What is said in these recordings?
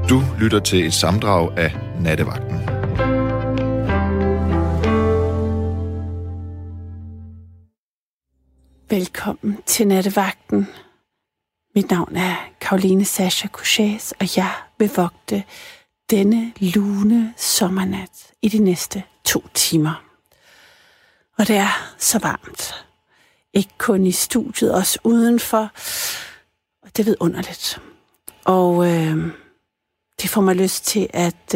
Du lytter til et sammendrag af Nattevagten. Velkommen til Nattevagten. Mit navn er Caroline Sascha Couchés, og jeg vil vogte denne lune sommernat i de næste 2 timer. Og det er så varmt. Ikke kun i studiet, også udenfor. Og det er vidunderligt. Og det får mig lyst til at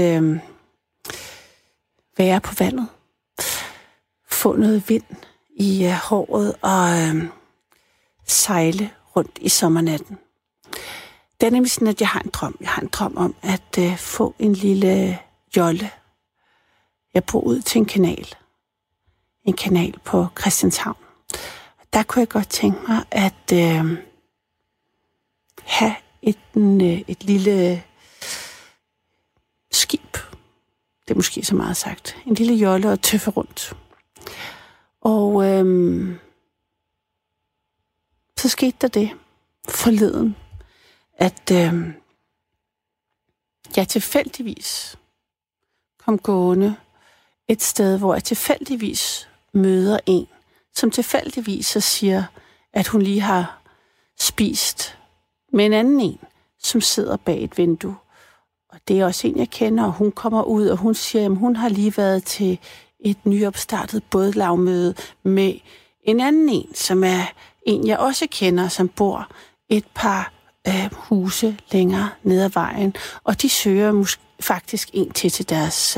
være på vandet. Få noget vind i håret og sejle rundt i sommernatten. Det er nemlig sådan, at jeg har en drøm. Jeg har en drøm om at få en lille jolle. Jeg bor ud til en kanal. En kanal på Christianshavn. Der kunne jeg godt tænke mig at have et lille skib. Det er måske så meget sagt. En lille jolle og tøffe rundt. Og så skete der det forleden, at jeg tilfældigvis kom gående et sted, hvor jeg tilfældigvis møder en, som tilfældigvis så siger, at hun lige har spist med en anden en, som sidder bag et vindue. Og det er også en, jeg kender, og hun kommer ud, og hun siger, at hun har lige været til et nyopstartet bådlavmøde med en anden en, som er en, jeg også kender, som bor et par huse længere ned ad vejen. Og de søger faktisk en til deres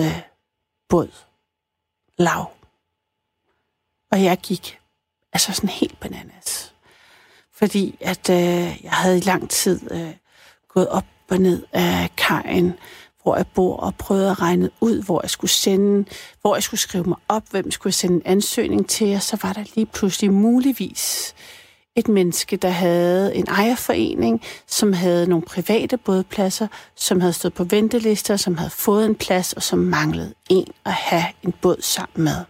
bådlav. Og jeg gik altså sådan helt bananas. Fordi at jeg havde i lang tid gået op og ned af kajen, hvor jeg bor, og prøvede at regne ud, hvor jeg skulle skrive mig op, hvem skulle jeg sende en ansøgning til, og så var der lige pludselig muligvis et menneske, der havde en ejerforening, som havde nogle private bådpladser, som havde stået på ventelister, som havde fået en plads, og som manglede en at have en båd sammen med.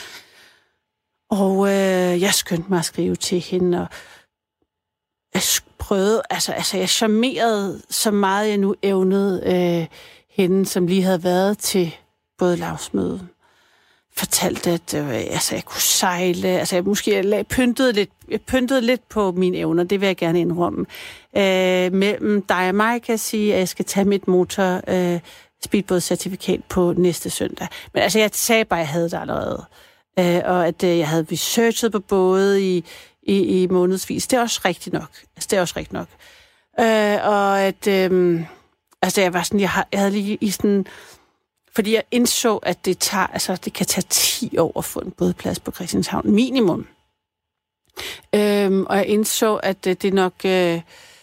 Og jeg skyndte mig at skrive til hende, og jeg prøvede, jeg charmerede så meget, jeg nu evnede hende, som lige havde været til bådlavsmøde. Fortalte, at jeg kunne sejle, jeg pyntede lidt på mine evner, det vil jeg gerne indrømme. Mellem dig og mig kan jeg sige, at jeg skal tage mit motor speedbådcertifikat på næste søndag. Men jeg sagde bare, at jeg havde det allerede. Og at jeg havde researchet på både i månedsvis. Det er også rigtigt nok. Og at jeg var sådan, jeg havde lige i sådan, fordi jeg indså, at det kan tage 10 år at få en bådplads på Christianshavn minimum. Og jeg indså, at det nok det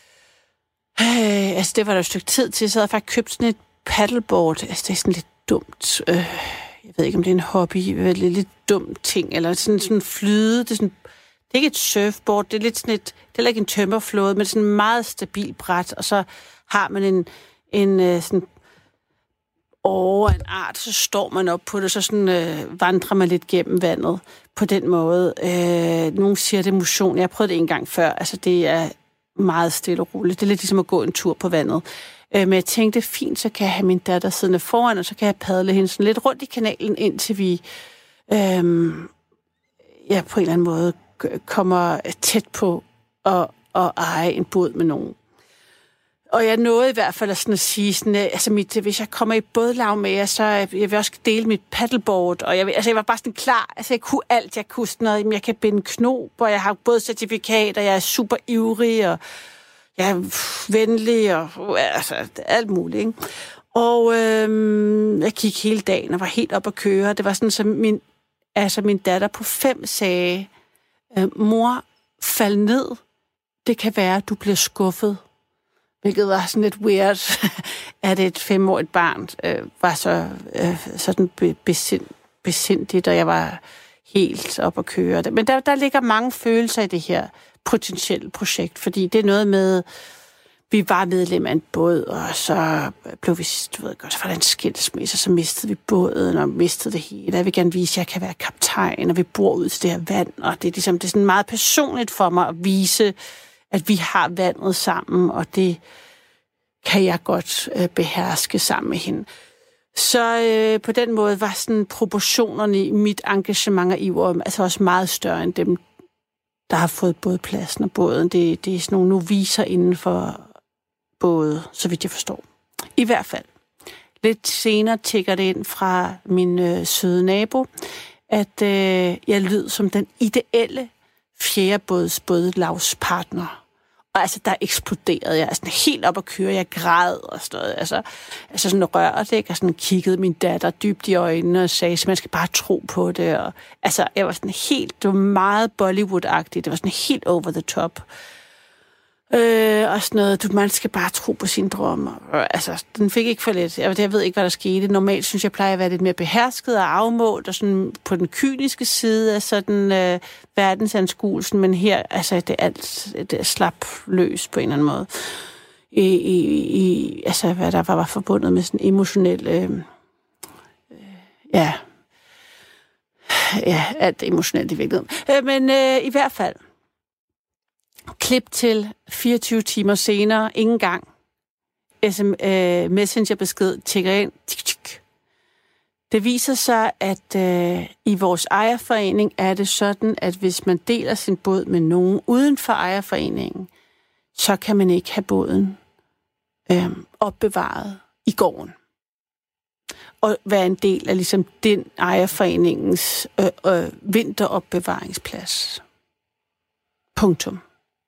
var der et stykke tid til, så havde jeg faktisk købt sådan et paddleboard. Det er sådan lidt dumt. Jeg ved ikke, om det er en hobby, lidt dum ting, eller sådan flyde. Det er ikke et surfboard, det er lidt sådan det er ikke en tømmerflåde, men sådan en meget stabil bræt, og så har man en sådan over en art, så står man op på det, så sådan vandrer man lidt gennem vandet på den måde. Nogle siger, det er motion. Jeg har prøvet det en gang før. Det er meget stille og roligt. Det er lidt ligesom at gå en tur på vandet. Men jeg tænkte, fint, så kan jeg have min datter siddende foran, og så kan jeg padle hende sådan lidt rundt i kanalen, indtil vi på en eller anden måde kommer tæt på at eje en båd med nogen. Og jeg nåede i hvert fald at sige, hvis jeg kommer i bådlav med jer, så jeg vil også dele mit paddleboard. Og jeg var bare sådan klar. Jeg kunne alt. Jeg kunne sådan noget. Jeg kan binde knob, og jeg har bådcertifikat, og jeg er super ivrig, og jeg er venlig, og alt muligt. Ikke? Og jeg gik hele dagen og var helt op at køre. Det var sådan, så min datter på 5 sagde, mor, fald ned. Det kan være, at du bliver skuffet. Hvilket var sådan lidt weird, at et 5-årigt barn var så sådan besindigt, og jeg var helt op at køre. Men der ligger mange følelser i det her potentielle projekt, fordi det er noget med, vi var medlem af en båd, og så blev vi, så var der en skilsmisse, så mistede vi båden, og mistede det hele. Jeg vil gerne vise, at jeg kan være kaptajn, og vi bor ud til det her vand, og det er sådan meget personligt for mig at vise, at vi har vandet sammen, og det kan jeg godt beherske sammen med hende. Så på den måde var sådan proportionerne i mit engagement og iver altså også meget større end dem, der har fået både pladsen og båden. Det er sådan nogle noviser inden for både, så vidt jeg forstår. I hvert fald. Lidt senere tikker det ind fra min søde nabo, at jeg lød som den ideelle fjerdebådsbådlavspartner. Og altså, der eksploderede jeg sådan helt op at køre. Jeg græd og sådan noget. Altså sådan rørt, ikke? Og sådan kiggede min datter dybt i øjnene og sagde, at man skal bare tro på det. Og, altså, jeg var sådan helt, det var meget Bollywood-agtigt. Det var sådan helt over the top. Og sådan noget, man skal bare tro på sine drømme. Altså, den fik ikke for lidt. Jeg ved ikke, hvad der skete. Normalt synes jeg, plejer at være lidt mere behersket og afmålt, og sådan på den kyniske side af sådan verdensanskuelsen, men her, altså, det er slap løs på en eller anden måde. Altså, hvad der var forbundet med sådan emotionel... Ja, alt emotionelt i virkeligheden. Men i hvert fald... Klip til 24 timer senere, ingen gang. Messengerbesked tikker ind. Det viser sig, at i vores ejerforening er det sådan, at hvis man deler sin båd med nogen uden for ejerforeningen, så kan man ikke have båden opbevaret i gården. Og være en del af ligesom den ejerforeningens vinteropbevaringsplads. Punktum.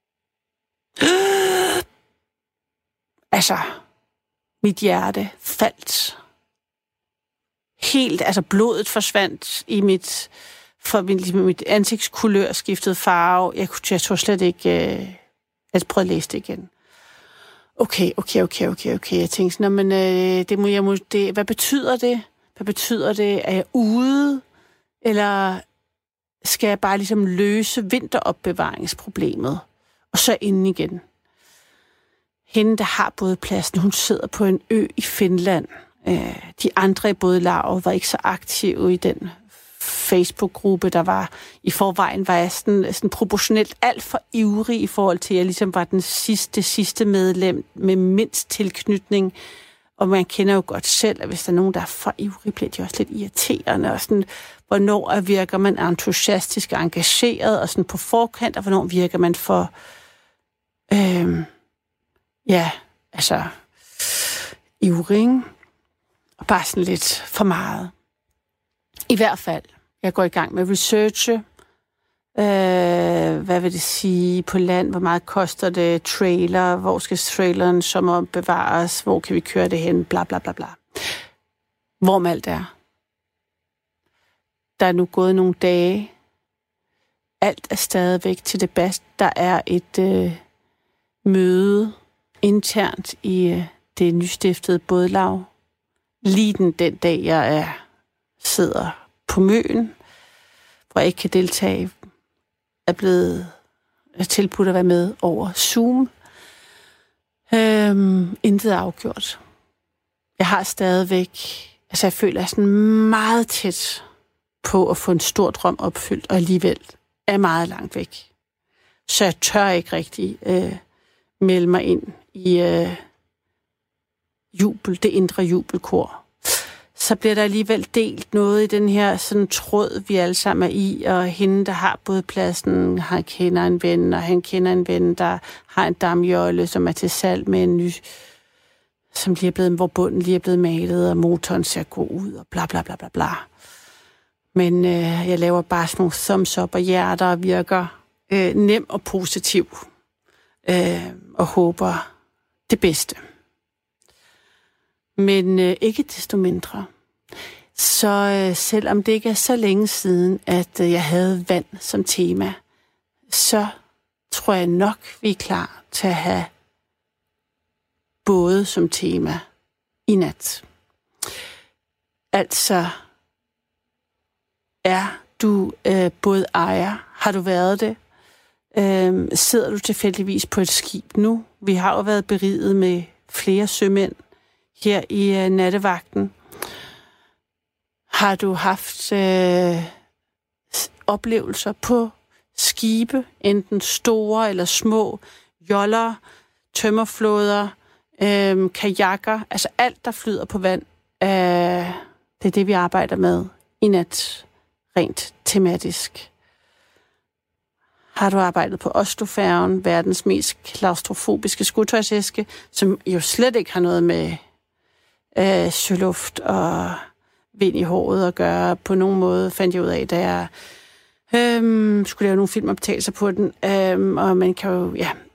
Altså, mit hjerte faldt. Helt, altså blodet forsvandt i mit ansigtskulør skiftede farve. Jeg tror slet ikke, at prøve at læse det igen. Okay. Jeg tænkte sådan, men hvad betyder det? Hvad betyder det? Er jeg ude? Eller skal jeg bare ligesom løse vinteropbevaringsproblemet? Og så inden igen. Hende, der har bådpladsen, hun sidder på en ø i Finland. De andre i bådlaget var ikke så aktive i den Facebook-gruppe, der var. I forvejen var jeg sådan proportionelt alt for ivrig i forhold til, at jeg ligesom var den sidste medlem med mindst tilknytning. Og man kender jo godt selv, at hvis der er nogen, der er for ivrig, bliver de også lidt irriterende. Og sådan, hvornår virker man entusiastisk og engageret, og sådan på forkant, og hvornår virker man for... ivrig, og bare sådan lidt for meget. I hvert fald, jeg går i gang med researche. Hvad vil det sige på land? Hvor meget koster det? Trailer? Hvor skal traileren som bevares? Hvor kan vi køre det hen? Bla, bla, bla, bla. Hvorom alt er. Der er nu gået nogle dage. Alt er stadigvæk til debat. Der er et møde internt i det nystiftede bådlag. Lige den dag, jeg sidder på Møn, hvor jeg ikke kan deltage, er blevet tilbudt at være med over Zoom. Intet er afgjort. Jeg har stadigvæk, altså jeg føler, jeg er sådan meget tæt på at få en stor drøm opfyldt, og alligevel er meget langt væk. Så jeg tør ikke rigtig melde mig ind i det indre jubelkor. Så bliver der alligevel delt noget i den her sådan tråd, vi alle sammen er i, og hende, der har bådpladsen, han kender en ven, og han kender en ven, der har en damjolle, som er til salg med en ny, som lige er blevet, hvor bunden lige er blevet malet, og motoren ser god ud, og bla bla bla bla bla. Men jeg laver bare sådan nogle thumbs up og hjerter, og virker nem og positiv, og håber det bedste. Men ikke desto mindre. Så selvom det ikke er så længe siden, at jeg havde vand som tema, så tror jeg nok, vi er klar til at have både som tema i nat. Altså, er du både ejer? Har du været det? Sidder du tilfældigvis på et skib nu? Vi har jo været beriget med flere sømænd her i nattevagten. Har du haft oplevelser på skibe, enten store eller små, joller, tømmerflåder, kajakker, altså alt, der flyder på vand. Det er det, vi arbejder med i nat, rent tematisk. Har du arbejdet på Oslofærgen, verdens mest klaustrofobiske skotøjsæske, som jo slet ikke har noget med søluft og vind i håret at gøre på nogen måde, fandt jeg ud af, da jeg skulle lave nogle filmoptagelser på den. Og man kan jo,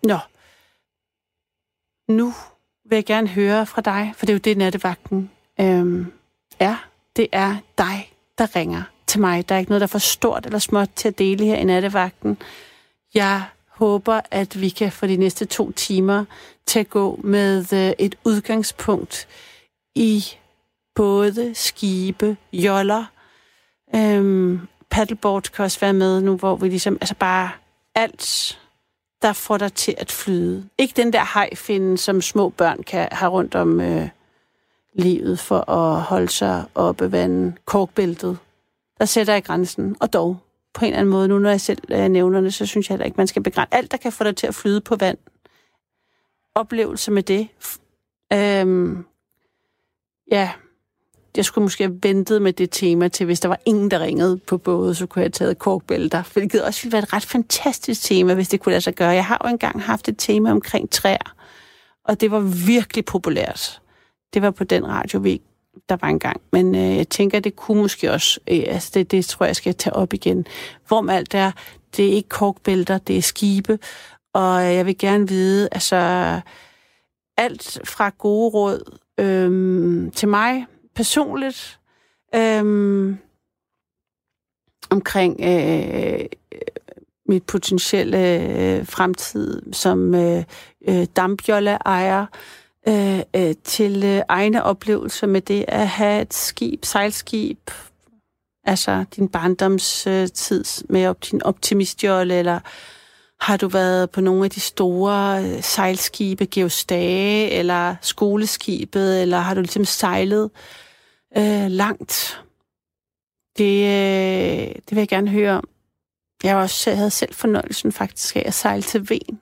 Nu vil jeg gerne høre fra dig, for det er jo det, nattevagten det er dig, der ringer til mig. Der er ikke noget, der er for stort eller småt til at dele her i nattevagten. Jeg håber, at vi kan få de næste 2 timer til at gå med et udgangspunkt i både skibe, joller, paddleboard kan også være med nu, hvor vi ligesom, altså bare alt, der får dig til at flyde. Ikke den der hajfinde, som små børn kan have rundt om livet for at holde sig oppe vandet, korkbæltet. Der sætter jeg grænsen, og dog, på en eller anden måde, nu når jeg selv nævner det, så synes jeg heller ikke, man skal begrænse. Alt, der kan få dig til at flyde på vand. Oplevelse med det. Jeg skulle måske have ventet med det tema til, hvis der var ingen, der ringede på både, så kunne jeg have taget korkbælter. For det også ville være et ret fantastisk tema, hvis det kunne lade sig gøre. Jeg har jo engang haft et tema omkring træer, og det var virkelig populært. Det var på den radio, der var engang. Men jeg tænker, det kunne måske også, det tror jeg skal tage op igen. Hvor alt det er ikke korkbælter, det er skibe, og jeg vil gerne vide, altså alt fra gode råd til mig personligt omkring mit potentielle fremtid som dampjolle-ejer, til egne oplevelser med det at have et skib, sejlskib, altså din barndomstid med din optimistjolle, eller har du været på nogle af de store sejlskibe, Georg Stage, eller skoleskibet, eller har du ligesom sejlet langt? Det vil jeg gerne høre om. Jeg havde selv fornøjelsen faktisk af at sejle til Hven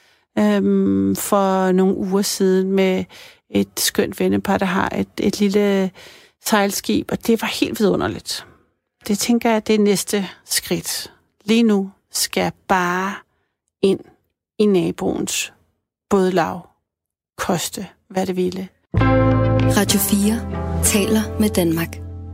for nogle uger siden med et skønt vennepar, der har et lille sejlskib, og det var helt vidunderligt. Det tænker jeg, det er næste skridt. Lige nu skal jeg bare ind i naboens bådlav, koste hvad det ville. Radio 4 taler med Danmark.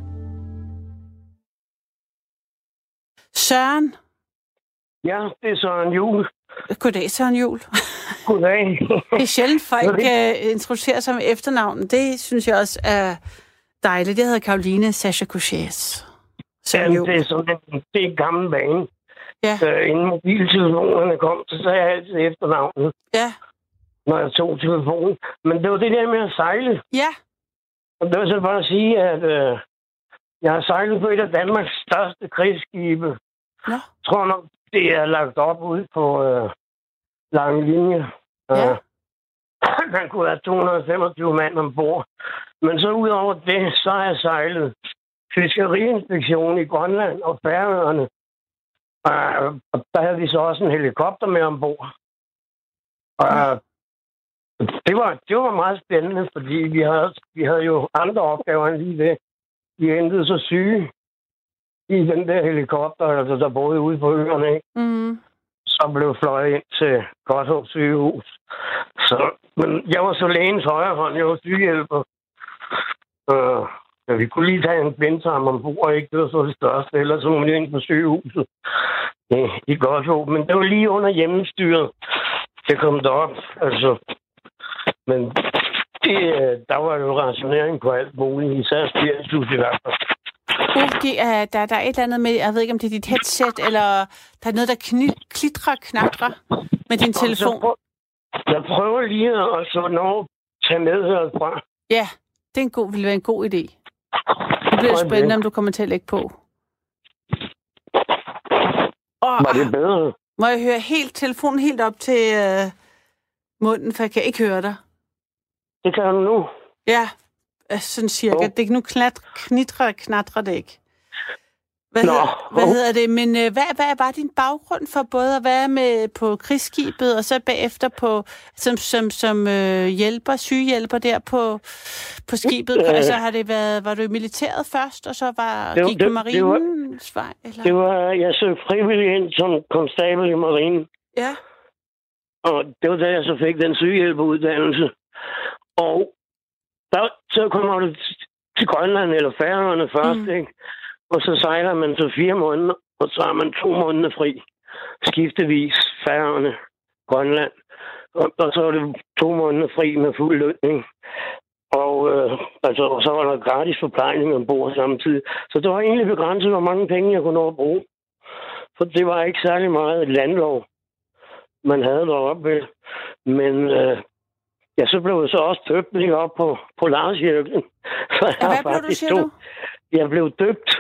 Søren? Ja, det er Søren Juhl. Goddag, Søren Juhl. Goddag. Det er sjældent, folk introducerer sig med efternavnet. Det synes jeg også er dejligt. Jeg hedder Caroline Sascha Couchés. Jamen, det er sådan en gammel vane. Ja. Inden mobiltelefonerne kom, så sagde jeg altid efternavnet. Ja. Når jeg tog telefonen. Men det var det der med at sejle. Ja. Og det var så bare at sige, at jeg har sejlet på et af Danmarks største krigsskibe. Ja. Jeg tror nok, det er lagt op ud på lang linje. Ja. Man kunne have 225 mand ombord. Men så ud over det, så har jeg sejlet fiskeriinspektion i Grønland og Færøerne. Og der havde vi så også en helikopter med ombord. Og det var meget spændende, fordi vi havde jo andre opgaver end lige det. Vi endte så syge i den der helikopter, altså der boede ude på øerne, ikke? Mm. Så blev fløjet ind til Godthåb sygehus. Men jeg var så lægens højre hånd, jeg var sygehjælper. Vi kunne lige tage en blindtarm ombord, ikke? Det var så det største, ellers så må vi ind på sygehuset i Godthåb. Men det var lige under hjemmestyret, det kom derop. Altså, men der var jo rationering på alt muligt, især spiritus i hvert fald. Der er et eller andet med, jeg ved ikke, om det er dit headset, eller der er noget, der knatrer med din telefon. Jeg prøver lige at så noget tage medhøret fra. Ja, det vil være en god idé. Det bliver spændende, om du kommer til at lægge på. Var det bedre? Må jeg høre telefonen helt op til munden, for jeg kan ikke høre dig. Det kan du nu. Ja, sådan cirka. Det nu knatrer det ikke. Hvad hedder det? Men hvad var din baggrund for både at være med på krigsskibet, og så bagefter som sygehjælper der på skibet? Altså var du i militæret først, og så gik du marinens vej? Eller? Jeg søgte frivillig ind som konstabel i marinen. Ja. Og det var da jeg så fik den sygehjælperuddannelse. Og så kommer du til Grønland eller Færøerne først, ikke? Og så sejler man så 4 måneder, og så har man 2 måneder fri. Skiftevis Færøerne, Grønland. Og så er det 2 måneder fri med fuld løn, ikke? Og så var der gratis forplejning ombord samtidig. Så det var egentlig begrænset, hvor mange penge jeg kunne nå at bruge. For det var ikke særlig meget landlov, man havde deroppe. Men så blev jeg så også døbt lige op på Polarcirklen. Hvad blev du, siger du? Jeg blev døbt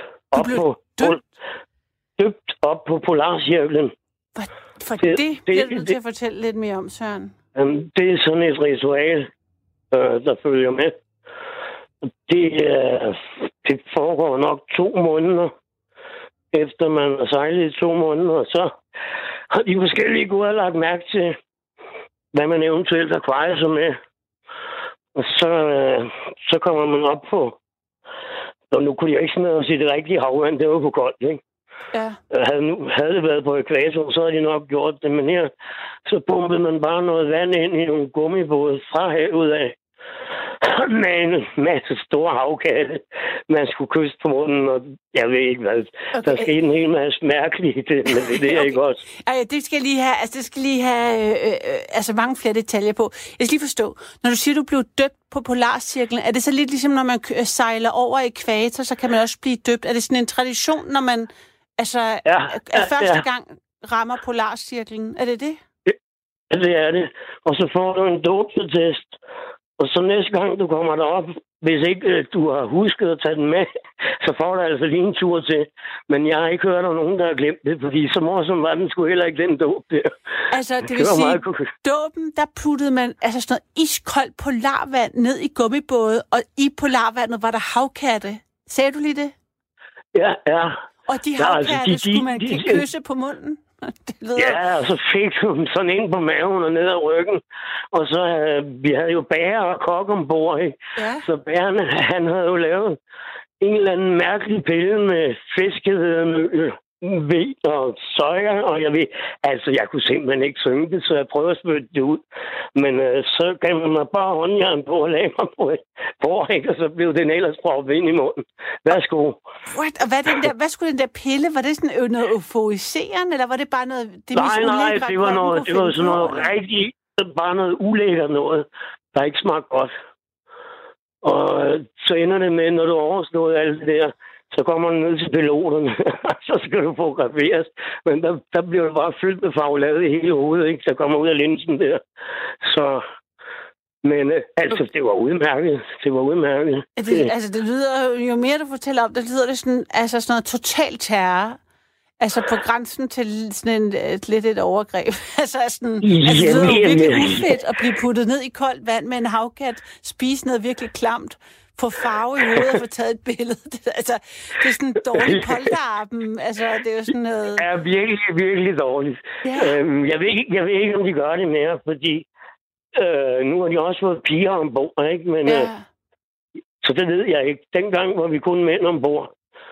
op på Polarcirklen. For det bliver du nødt til at fortælle lidt mere om, Søren. Det er sådan et ritual, der følger med. Det foregår nok 2 måneder, efter man har sejlet i 2 måneder, og så har de forskellige gode lagt mærke til, hvad man eventuelt har kvejet sig med. Og så kommer man op på. Og nu kunne jeg ikke smide os i det rigtige havvand, det var for koldt, ikke? Ja. Havde det været på ækvator, så havde de nok gjort det, men her, så pumpede man bare noget vand ind i nogle gummibåde fra havet af. Med en masse store havkatte, man skulle kysse på munden, og jeg ved ikke hvad. Okay. Der skete en hel masse mærkeligt i det, men det er okay. Ikke også. Det skal lige have mange flere detaljer på. Jeg skal lige forstå, når du siger, du blev døbt på Polarcirklen, er det så lidt ligesom, når man sejler over ækvator, så kan man også blive døbt? Er det sådan en tradition, når man første gang rammer Polarcirklen? Er det det? Ja, det er det. Og så får du en dåbsattest. Og så næste gang, du kommer derop, hvis ikke du har husket at tage den med, så får du altså lige en tur til. Men jeg har ikke hørt om nogen, der har glemt det, fordi så morsom var den sgu heller ikke den dåb der. Altså, det vil sige, dåben, der puttede man sådan noget iskoldt polarvand ned i gummibåde, og i polarvandet var der havkatte. Sagde du lige det? Ja. Og de havkatte skulle man kysse på munden? Ja, og så fik hun sådan ind på maven og ned ad ryggen. Og så, vi havde jo bager og kok ombord, ikke? Ja. Så bagerne, han havde jo lavet en eller anden mærkelig pille med fiskevedemøl, ved og soja, og jeg kunne simpelthen ikke synge det, så jeg prøvede at spytte det ud. Men så gav man mig bare håndjern på og lagde mig på et bord, ikke? Og så blev den ellers proppet ind i munden. Værsgo. What? Og hvad skulle den der pille? Var det sådan noget euforiserende, eller var det bare noget... Nej, det var sådan noget rigtig, bare noget ulækkert noget, der ikke smagte godt. Og så ender det med, når du overstået alt det der, så kommer man ned til piloterne, så skal du fotograferes. Men der bliver det bare fyldt med farvelade i hele hovedet, ikke? Så kommer ud af linsen der. Så... Men det var udmærket. Det var udmærket. Det lyder, jo mere du fortæller om det, lyder det sådan, sådan noget total terror. Altså på grænsen til sådan lidt et overgreb. Det lyder jo virkelig ufedt at blive puttet ned i koldt vand med en havkat, spise noget virkelig klamt, få farve i hovedet og få taget et billede. Det er sådan en dårlig polterappen. Det er jo sådan noget... Ja, virkelig, virkelig dårligt. Ja. Jeg ved ikke, om de gør det mere, fordi nu har de også fået piger ombord, ikke? Men, så det ved jeg ikke. Dengang var vi kun mænd ombord.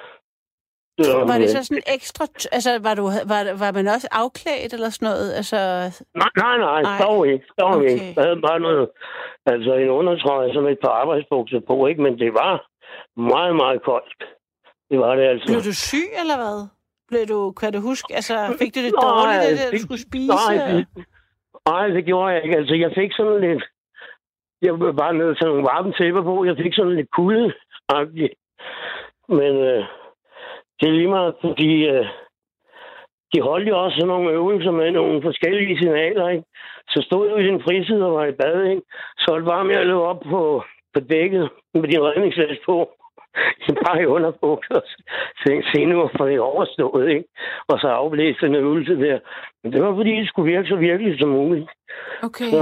Var det så sådan ekstra... var man også afklædt eller sådan noget? Nej, dog ikke. Jeg havde bare noget... en undertrøje, som et par arbejdsbukser på, ikke? Men det var meget, meget koldt. Det var det altså. Blev du syg, eller hvad? Kan du huske... fik du det dårligt, det du skulle spise? Nej, det gjorde jeg ikke. Jeg fik sådan lidt... Jeg var bare nødt til nogle varme tæpper på. Jeg fik sådan lidt kulde-agtigt. Men... det er lige meget, fordi de holdt jo også sådan nogle øvelser med nogle forskellige signaler, ikke? Så stod jeg i din fritid og var i bad, ikke? Så var det bare med at løbe op på dækket med din redningsvest på. Bare i underbukser. Så se nu, for det overstået, ikke? Og så afblæste en øvelse der. Men det var, fordi det skulle virke så virkelig som muligt. Okay.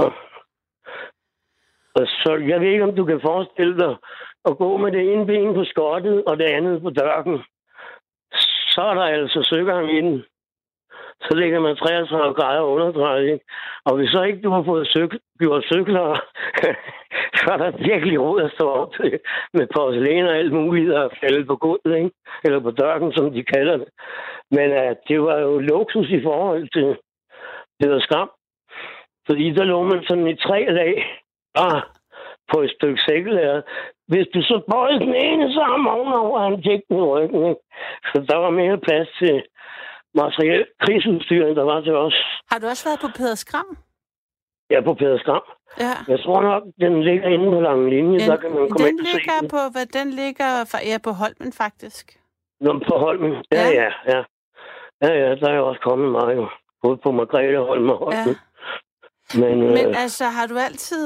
Så jeg ved ikke, om du kan forestille dig at gå med det ene ben på skottet og det andet på dørken. så er der altså søgang i den. Så ligger man 33 grader underdrejet, ikke? Og hvis så ikke du har fået gjort cykler, så er der virkelig råd at stå op til med porcelæn og alt muligt, og falde på gulvet, ikke? Eller på dørken, som de kalder det. Men det var jo luksus i forhold til Peder Skram. Fordi der lå man sådan i 3 lag på et stykke sækkelærer. Hvis du så bøjede den ene sammen ovenover, han tjekte den i ryggen, ikke? Så der var mere plads til materiel krigsudstyr, end der var til os. Har du også været på Peder Skram? Ja, på Peder Skram. Ja. Jeg tror nok, den ligger inde på Lange Linje. Der kan man komme ind og se den. Den ligger på Holmen, faktisk. Nå, på Holmen? Ja. Ja, der er jo også kommet meget jo. Både på Margrethe Holm og Holmen. Ja. Men altså, har du altid...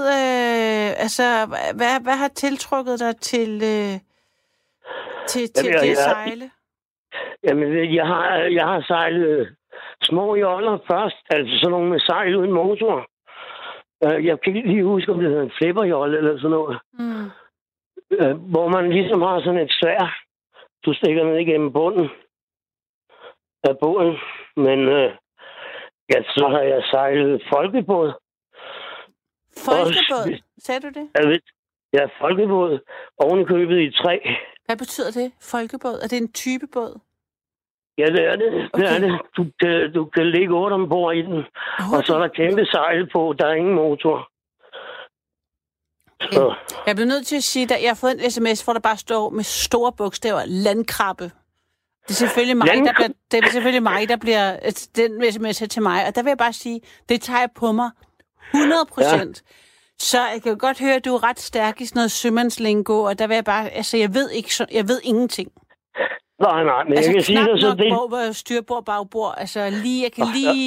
hvad har tiltrukket dig til det at sejle? Jamen, jeg har sejlet små joller først. Altså sådan nogle med sejl uden motor. Jeg kan ikke lige huske, om det hedder en flipperjolle eller sådan noget. Mm. Hvor man ligesom har sådan et sværd. Du stikker ned igennem bunden af båden. Men så har jeg sejlet folkebåd. Folkebåd? Sagde du det? Ja, folkebåd. Ovenikøbet i træ. Hvad betyder det, folkebåd? Er det en type båd? Ja, det er det. Okay. Det er det. Du kan ligge 8 ombord i den. Og så er der kæmpe sejl på. Der er ingen motor. Okay. Jeg bliver nødt til at sige, at jeg har fået en sms, hvor der bare står med store bogstaver, landkrabbe. Det er selvfølgelig mig, der bliver den sms til mig. Og der vil jeg bare sige, det tager jeg på mig 100%. Ja. Så jeg kan jo godt høre, at du er ret stærk i sådan noget sømandslingo, og der vil jeg bare, altså jeg ved ingenting. Nej, men altså, jeg kan sige det så det. Styrbord, bagbord, altså lige. Det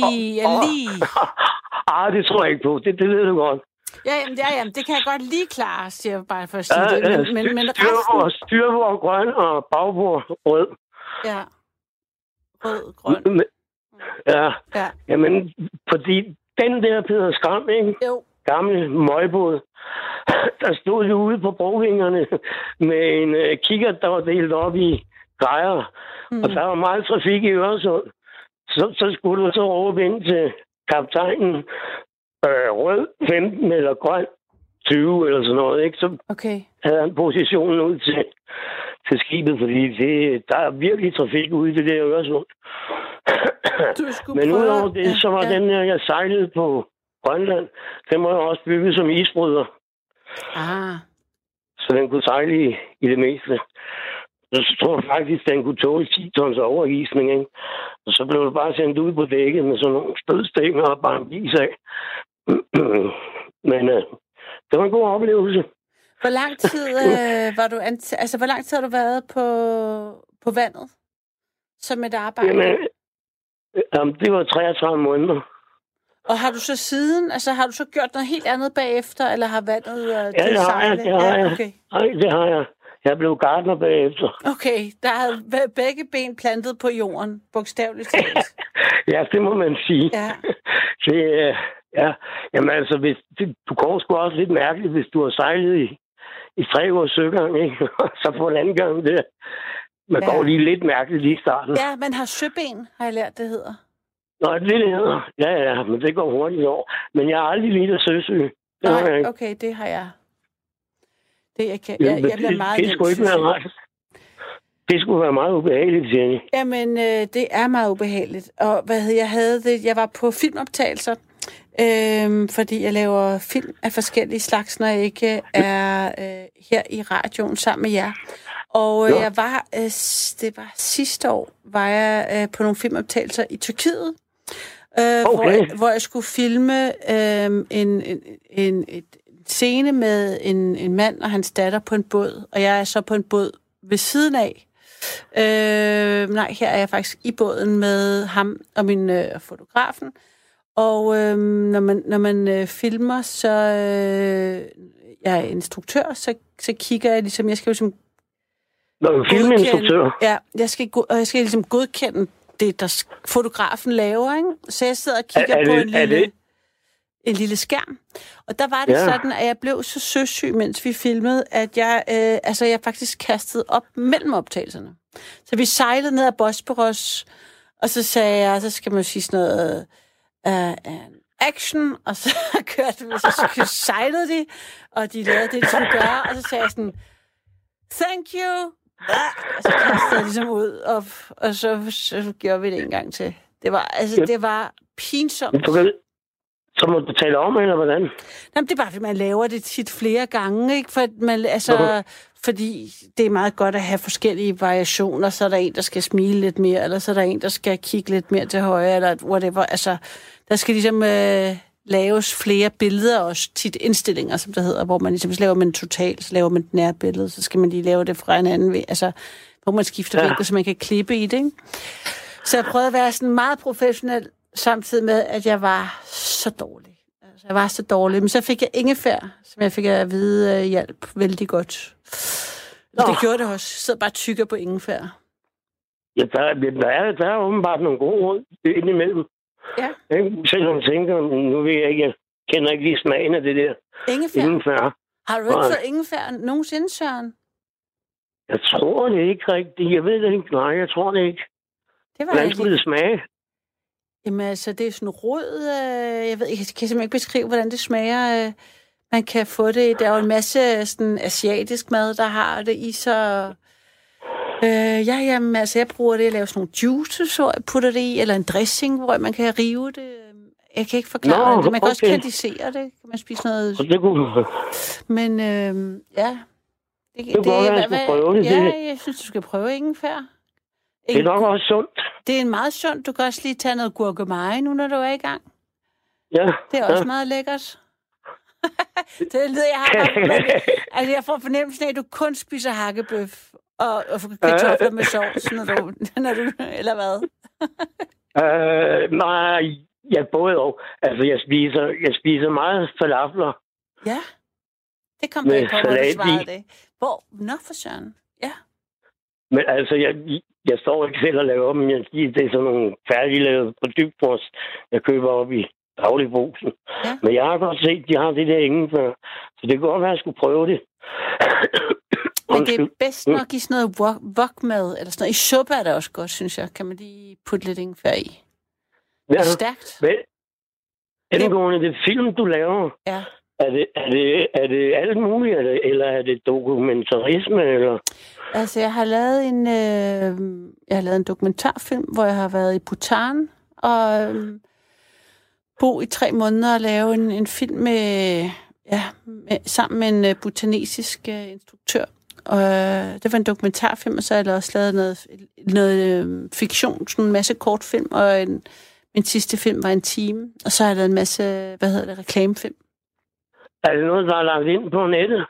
tror jeg ikke på, det ved du godt. Ja, det kan jeg godt lige klare, siger jeg bare for at sige det. Men styrbord grøn og bagbord rød. Ja, rød, grøn. Ja. Jamen, fordi den der Peder Skram, ikke? Jo. Gamle møgbåd, der stod jo ude på brovingerne med en kikkert, der var delt op i grejer. Og der var meget trafik i Øresund. Så skulle du så råbe ind til kaptajnen, rød 15 eller grøn 20 eller sådan noget, ikke? Så havde han positionen ud til skibet, fordi der er virkelig trafik ude i det der Øresund. Men udover det, så var den her, jeg sejlede på Grønland, den må jo også bygge som isbryder. Så den kunne sejle i det meste. Så tror jeg faktisk, den kunne tåle 10 tons overisning, ikke? Og så blev det bare sendt ud på dækket med sådan nogle stødstænger og bare en is af. Men det var en god oplevelse. Hvor lang tid hvor lang tid har du været på vandet som et arbejde? Jamen, det var 33 måneder. Og har du så siden, har du så gjort noget helt andet bagefter, eller har vandet til at sejle? Det har jeg. Okay. Nej, det har jeg. Jeg blev gartner bagefter. Okay, der havde begge ben plantet på jorden, bogstaveligt talt. Ja, det må man sige. Ja. Jamen altså, du går sgu også lidt mærkeligt, hvis du har sejlet i 3 års søgang, ikke? Så på en anden gang der. Man går lige lidt mærkeligt lige i starten. Ja, man har søben, har jeg lært, det hedder. Nå, det hedder. Ja, men det går hurtigt over. Men jeg har aldrig lidt af søsyge. Nej, okay, det har jeg. Jeg bliver meget det skulle ikke være ret. Det skulle være meget ubehageligt, Jenny. Jamen, det er meget ubehageligt. Og jeg var på filmoptagelser, fordi jeg laver film af forskellige slags, når jeg ikke er her i radioen sammen med jer. Og det var sidste år, var jeg på nogle filmoptagelser i Tyrkiet, hvor jeg skulle filme en scene med en mand og hans datter på en båd, og jeg er så på en båd ved siden af. Her er jeg faktisk i båden med ham og min fotografen. Og når man filmer, så jeg er instruktør, så kigger jeg ligesom, jeg skal ligesom filminstruktør. Ja, jeg skal ligesom godkende det, der fotografen laver, ikke? Så jeg sidder og kigger på en lille... en lille skærm. Og der var det sådan, at jeg blev så søsyg, mens vi filmede, at jeg faktisk kastede op mellem optagelserne. Så vi sejlede ned ad Bosporus, og så sagde jeg, så skal man sige sådan noget, action, og så kørte vi, så sejlede de, og de lavede det, de skulle gøre, og så sagde jeg sådan, thank you, og så kastede jeg ligesom ud, og så gjorde vi det en gang til. Det var pinsomt. Så må du tale om, eller hvordan? Jamen, det er bare, fordi man laver det tit flere gange, ikke? Fordi det er meget godt at have forskellige variationer. Så er der en, der skal smile lidt mere, eller så er der en, der skal kigge lidt mere til højre, eller whatever. Altså, der skal ligesom laves flere billeder, og tit indstillinger, som det hedder, hvor man ligesom, så laver man totalt, så laver man et nærbillede, så skal man lige lave det fra en anden, altså, hvor man skifter vinkel, så man kan klippe i det, ikke? Så jeg prøvede at være sådan meget professionel, samtidig med, at jeg var så dårlig. Altså, jeg var så dårlig. Men så fik jeg ingefær, som jeg fik at vide hjælp vældig godt. Det gjorde det også. Jeg sad bare tykker på ingefær. Ja, der er åbenbart nogle gode råd indimellem. Ja. Selvom jeg tænker, nu ved jeg ikke, jeg kender ikke lige smagen af det der. Ingefær. Har du ikke fået ingefær nogensinde, Søren? Jeg tror det ikke rigtigt. Jeg ved det ikke. Nej, jeg tror det ikke. Det var hvordan skulle det smage? Jamen altså, det er sådan rød... jeg kan simpelthen ikke beskrive, hvordan det smager. Man kan få det... Der er jo en masse sådan, asiatisk mad, der har det i sig. Jamen altså, jeg bruger det at lave sådan nogle juices, hvor jeg putter det i, eller en dressing, hvor man kan rive det. Jeg kan ikke forklare det. Man kan også kandisere det. Kan man spise noget... Det kunne... Men ja... Det godt være, at jeg prøve det. Ja, jeg synes, du skal prøve ingefær. Det er nok også sundt. Det er meget sundt. Du kan også lige tage noget gurkemeje nu, når du er i gang. Ja. Det er også meget lækkert. Det lyder, jeg får fornemmelsen af, at du kun spiser hakkebøf og kartofler med sovs, når du eller hvad? Nej, både og. Altså, jeg spiser meget falafler. Ja, det kom bag på, hvor du svarede det. Nå for søren, ja. Men altså, jeg står ikke selv og laver dem. Det er sådan nogle færdiglavede på dybfrost, jeg køber op i dagligbrugsen. Ja. Men jeg har godt set, de har det der ingefær. Så det kan godt være, at jeg skulle prøve det. Men det er bedst nok i sådan noget wokmad, eller sådan noget. I suppe er det også godt, synes jeg. Kan man lige putte lidt ingefær i? Ja. Det er stærkt. Angående det film, du laver, ja. Er det alt muligt, eller er det dokumentarisme, eller? Altså, jeg har lavet en dokumentarfilm, hvor jeg har været i Bhutan og bo i 3 måneder og lave en film sammen med en bhutanesisk instruktør. Og det var en dokumentarfilm, og så har jeg også lavet noget fiktion, sådan en masse kortfilm, og min sidste film var 1 time. Og så har jeg lavet en masse, reklamefilm. Er det noget, der er lagt ind på nettet?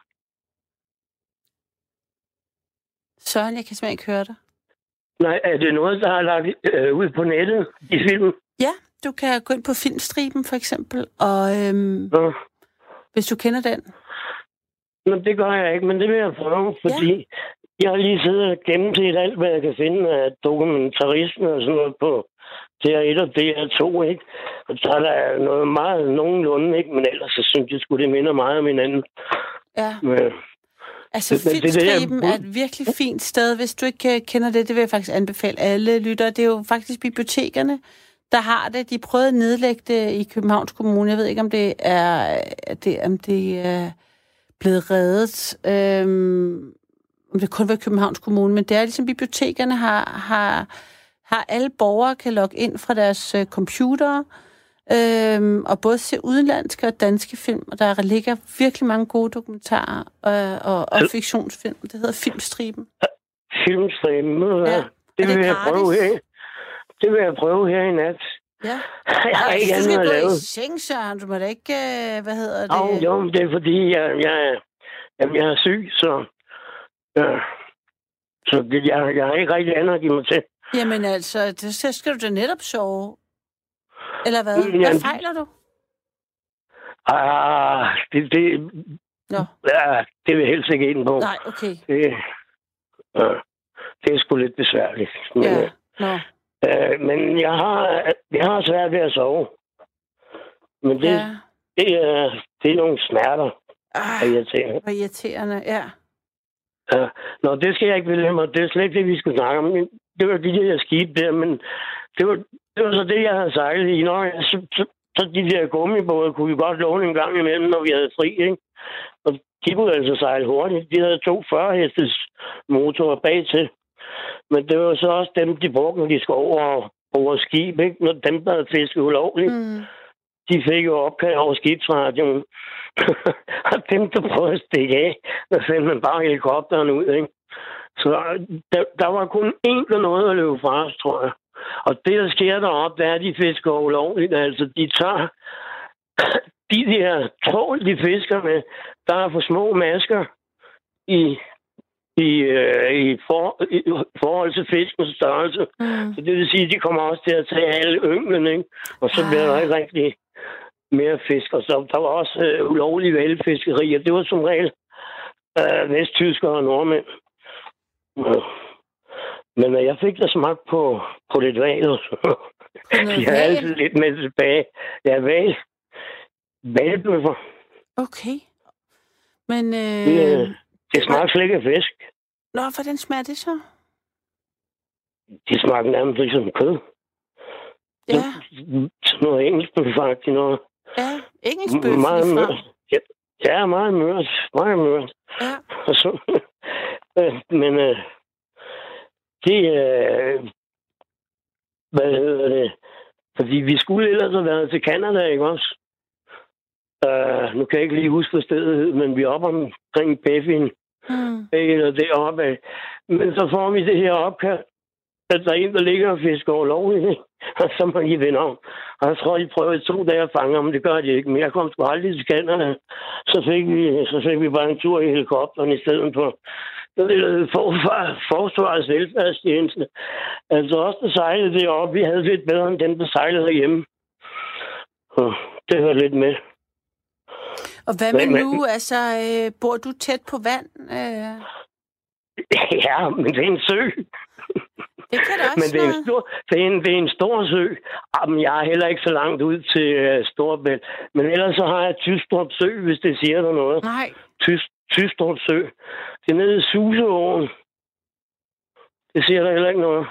Søren, jeg kan simpelthen ikke høre dig. Nej, er det noget, der er lagt ud på nettet i filmen? Ja, du kan gå ind på Filmstriben for eksempel, og hvis du kender den. Nå, det gør jeg ikke, men det vil jeg prøve, fordi jeg har lige siddet og gennemset alt, hvad jeg kan finde af dokumentarisme og sådan noget på DR1 og DR2, ikke? Og så er der noget meget nogenlunde, ikke? Men ellers så synes jeg sgu, det minder meget om hinanden. Ja. Altså, Filmstriben er et virkelig fint sted. Hvis du ikke kender det, det vil jeg faktisk anbefale alle lyttere. Det er jo faktisk bibliotekerne, der har det. De prøvede at nedlægge det i Københavns Kommune. Jeg ved ikke, om det er blevet reddet. Om det kun var Københavns Kommune, men det er ligesom bibliotekerne har alle borgere kan logge ind fra deres computere, og både se udenlandske og danske film, og der ligger virkelig mange gode dokumentarer og fiktionsfilm. Det hedder Filmstriben. Filmstriben, ja. Det vil jeg prøve her. Det vil jeg prøve her i nat. Ja. Jeg har ikke andet at lave. Du skal gå i seng, Søren. Du må da ikke, hvad hedder det? Jo, det er fordi, jeg er syg, så jeg har ikke rigtig andet at give mig til. Jamen altså, så skal du da netop sove. Eller hvad? Hvad fejler du? Det vil jeg helst ikke ind på. Nej, okay. Det er sgu lidt besværligt. Men jeg har svært ved at sove. Men det, det er nogle smerter. Irriterende. Hvor irriterende, ja. Ja. Nå, det skal jeg ikke vælge mig. Det er slet ikke det, vi skal snakke om. Det var de der skib der, men det var så det, jeg havde sejlet i. Så de der gummibåde kunne vi godt låne en gang imellem, når vi havde fri, ikke? Og de kunne altså sejle hurtigt. De havde 2 40-hestes motorer bag til. Men det var så også dem, de brugte, når de skulle over skib, ikke? Når dem, der havde fisket ulovligt. De fik jo opkald over skibsradioen. Og dem, der prøvede at stikke af, der sendte man bare helikopteren ud, ikke? Så der var kun én, der nåede at løbe fra os, tror jeg. Og det, der sker deroppe, det er, at de fisker ulovligt. Altså, de tager de der trål, de fisker med, der er for små masker i forhold til fiskens størrelse. Så det vil sige, at de kommer også til at tage alle ynglen, ikke? Og så bliver der ikke rigtig mere fisk. Og så der var også ulovlige valfiskeri, og det var som regel vesttyskere og nordmænd. Men jeg fik da smagt på lidt val. Jeg har altid lidt med tilbage. Ja, valbøffer. Okay. Men... Det smager slet ikke af fisk. Nå, hvordan smager det så? Det smager nærmest ikke som kød. Ja. Sådan noget engelsk faktisk noget. Ja, engelsk bøf. Meget mørt. Ja, meget mørt. Meget mørt. Ja. Men det hvad hedder det? Fordi vi skulle ellers have været til Canada, ikke også? Nu kan jeg ikke lige huske, hvad stedet hed, men vi er oppe omkring Baffin. Eller deroppe af. Men så får vi det her opkald, at der er en, der ligger og fisker ulovligt, og så må de vende om. Og jeg tror, de prøvede 2 dage at fange ham, det gør de ikke. Men jeg kom sgu aldrig til Canada. Så fik vi bare en tur i helikopteren i stedet for forsvarets velfærdstjeneste. Altså også, der sejlede deroppe, vi havde lidt bedre end dem, der sejlede herhjemme. Og det hørte lidt med. Og hvad med nu? Altså, bor du tæt på vand? Ja, men det er en sø. Det kan det også. Men det er en stor sø. Jamen, jeg er heller ikke så langt ud til Storebælt. Men ellers så har jeg Tystrup Sø, hvis det siger der noget. Nej. Tystrup Sø. Det er nede i Suseåen. Det siger der heller ikke noget.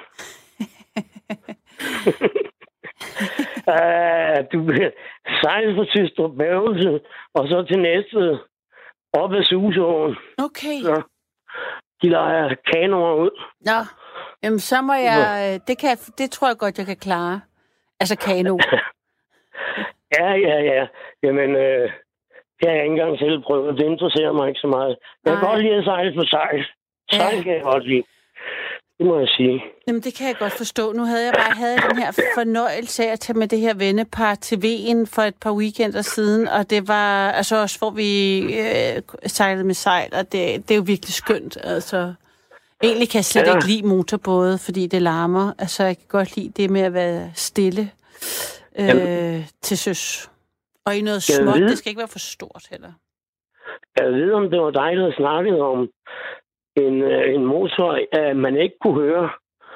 Du vil sejle fra Tystrup Bærelse, og så til Næstved, op ad Suseåen. Okay. Så de leger kanoer ud. Nå, jamen så må jeg... Det tror jeg godt, jeg kan klare. Altså kano. Ja. Jamen, det har jeg ikke engang selv prøvet. Det interesserer mig ikke så meget. Jeg kan godt lide at sejle på sejl. Sejl kan jeg godt lide. Det må jeg sige. Jamen, det kan jeg godt forstå. Nu havde jeg den her fornøjelse af at tage med det her vennepar til V'en for et par weekender siden, og det var altså også, hvor vi sejlede med sejl, og det er jo virkelig skønt. Altså, egentlig kan jeg slet ikke lide motorbåde, fordi det larmer. Altså, jeg kan godt lide det med at være stille til søs. Og i noget småt, det skal ikke være for stort heller. Jeg ved, om det var dig, der snakkede om en motor, man ikke kunne høre.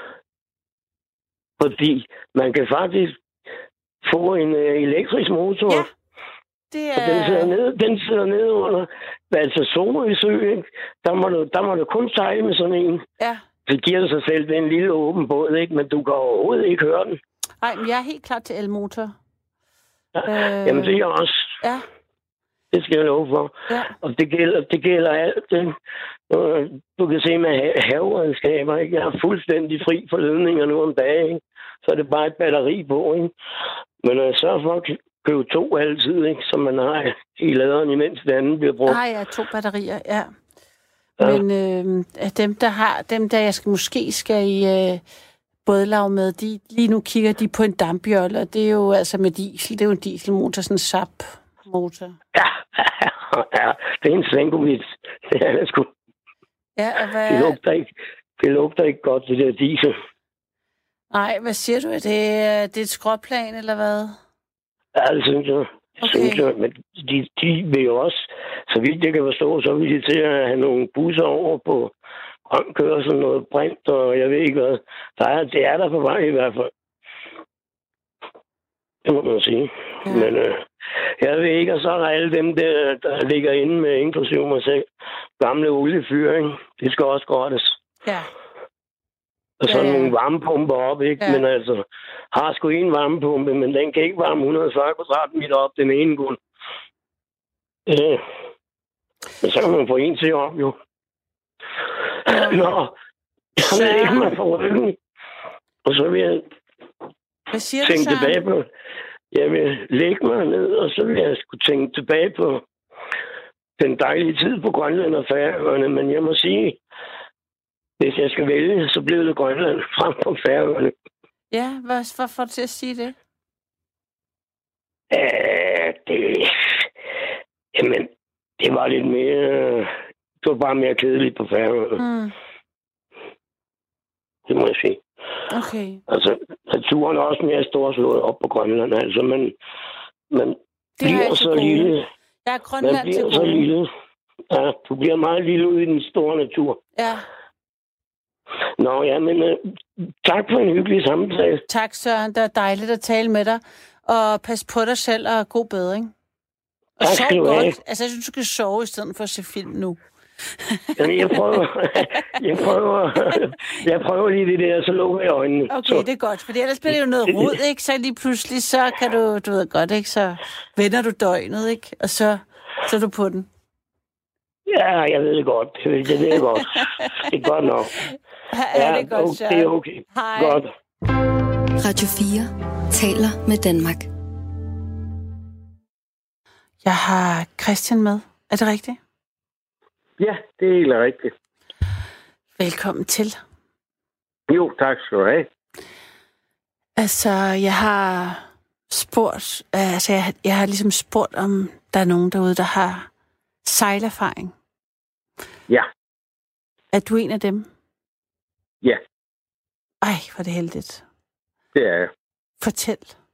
Fordi man kan faktisk få en elektrisk motor. Ja, det er... Den sidder nede under... Altså Sorø Sø, ikke? Der må du kun sejle med sådan en. Ja. Det giver sig selv, det er en lille åben båd, ikke? Men du kan overhovedet ikke høre den. Nej, men jeg er helt klar til elmotor. Ja. Jamen det er jeg også. Ja. Det skal jeg love for. Ja. Og det gælder alt det. Du kan se med haveredskaber, ikke? Jeg er fuldstændig fri for ledninger nu om dagen, ikke? Så er det bare et batteri på, ikke? Men sørg for at købe 2 altid, ikke? Så man har i laderen, imens det andet bliver brugt. Nej, ja, 2 batterier, ja. Men dem der jeg måske skal i bådlav med, lige nu kigger de på en dampjol, og det er jo altså med diesel. Det er jo en dieselmotor, sådan en SAP-motor. Ja, det er en svengovits. Det er det sgu. Ja, og hvad... Det lugter ikke godt, det der diesel. Nej, hvad siger du? Det er et skråplan, eller hvad? Ja, det synes jeg. Okay. Men de vil jo også, så vidt jeg kan forstå, så vil de til at have nogle busser over på grøn kørsel, noget brint, og jeg ved ikke hvad. Det er der på vej i hvert fald. Det må man sige. Ja. Men Jeg ved ikke, og så er der alle dem, der ligger inde med, inklusive mig selv, gamle oliefyr, ikke? Det skal også gråttes. Ja. Og så nogle varmepumper op, ikke? Ja. Men altså, har sgu en varmepumpe, men den kan ikke varme 140 kvadratmeter op, den ene grund. Men så kan man få en til op, jo. Nå, så vil jeg mig for ryggen. Og så vil jeg tænke tilbage på... Jeg vil lægge mig ned, og så vil jeg skulle tænke tilbage på den dejlige tid på Grønland og Færøerne. Men jeg må sige, hvis jeg skal vælge, så bliver det Grønland frem for Færøerne. Ja, hvad får du til at sige det? Jamen, det var lidt mere... Det var bare mere kedeligt på Færøerne. Mm. Det må jeg sige. Okay. Altså, naturen er også mere storslået op på Grønland, altså, men bliver så lille. Ja, Grønland bliver så lille. Ja, du bliver meget lille ude i den store natur. Ja. Nå, ja, men tak for en hyggelig samtale. Tak, Søren. Det er dejligt at tale med dig. Og pas på dig selv, og god bedring. Og tak, sov godt. Altså, jeg synes, du skal sove i stedet for at se film nu. Jamen, jeg prøver lige det der, så lukker jeg øjnene. Okay, så. Det er godt, for ellers bliver det jo noget rod, ikke? Så lige pludselig, så kan du ved godt, ikke? Så vender du døgnet, ikke? Og så er du på den. Ja, jeg ved det godt. Det ved jeg godt. Det er godt nok. Ja, det er godt, Søren. Det er okay. Hej. Godt. Radio 4 taler med Danmark. Jeg har Christian med. Er det rigtigt? Ja, det er helt rigtigt. Velkommen til. Jo, tak skal du have. Altså, jeg har spurgt, jeg har ligesom spurgt, om der er nogen derude, der har sejlerfaring. Ja. Er du en af dem? Ja. Ej, hvor er det heldigt. Det er jeg. Fortæl.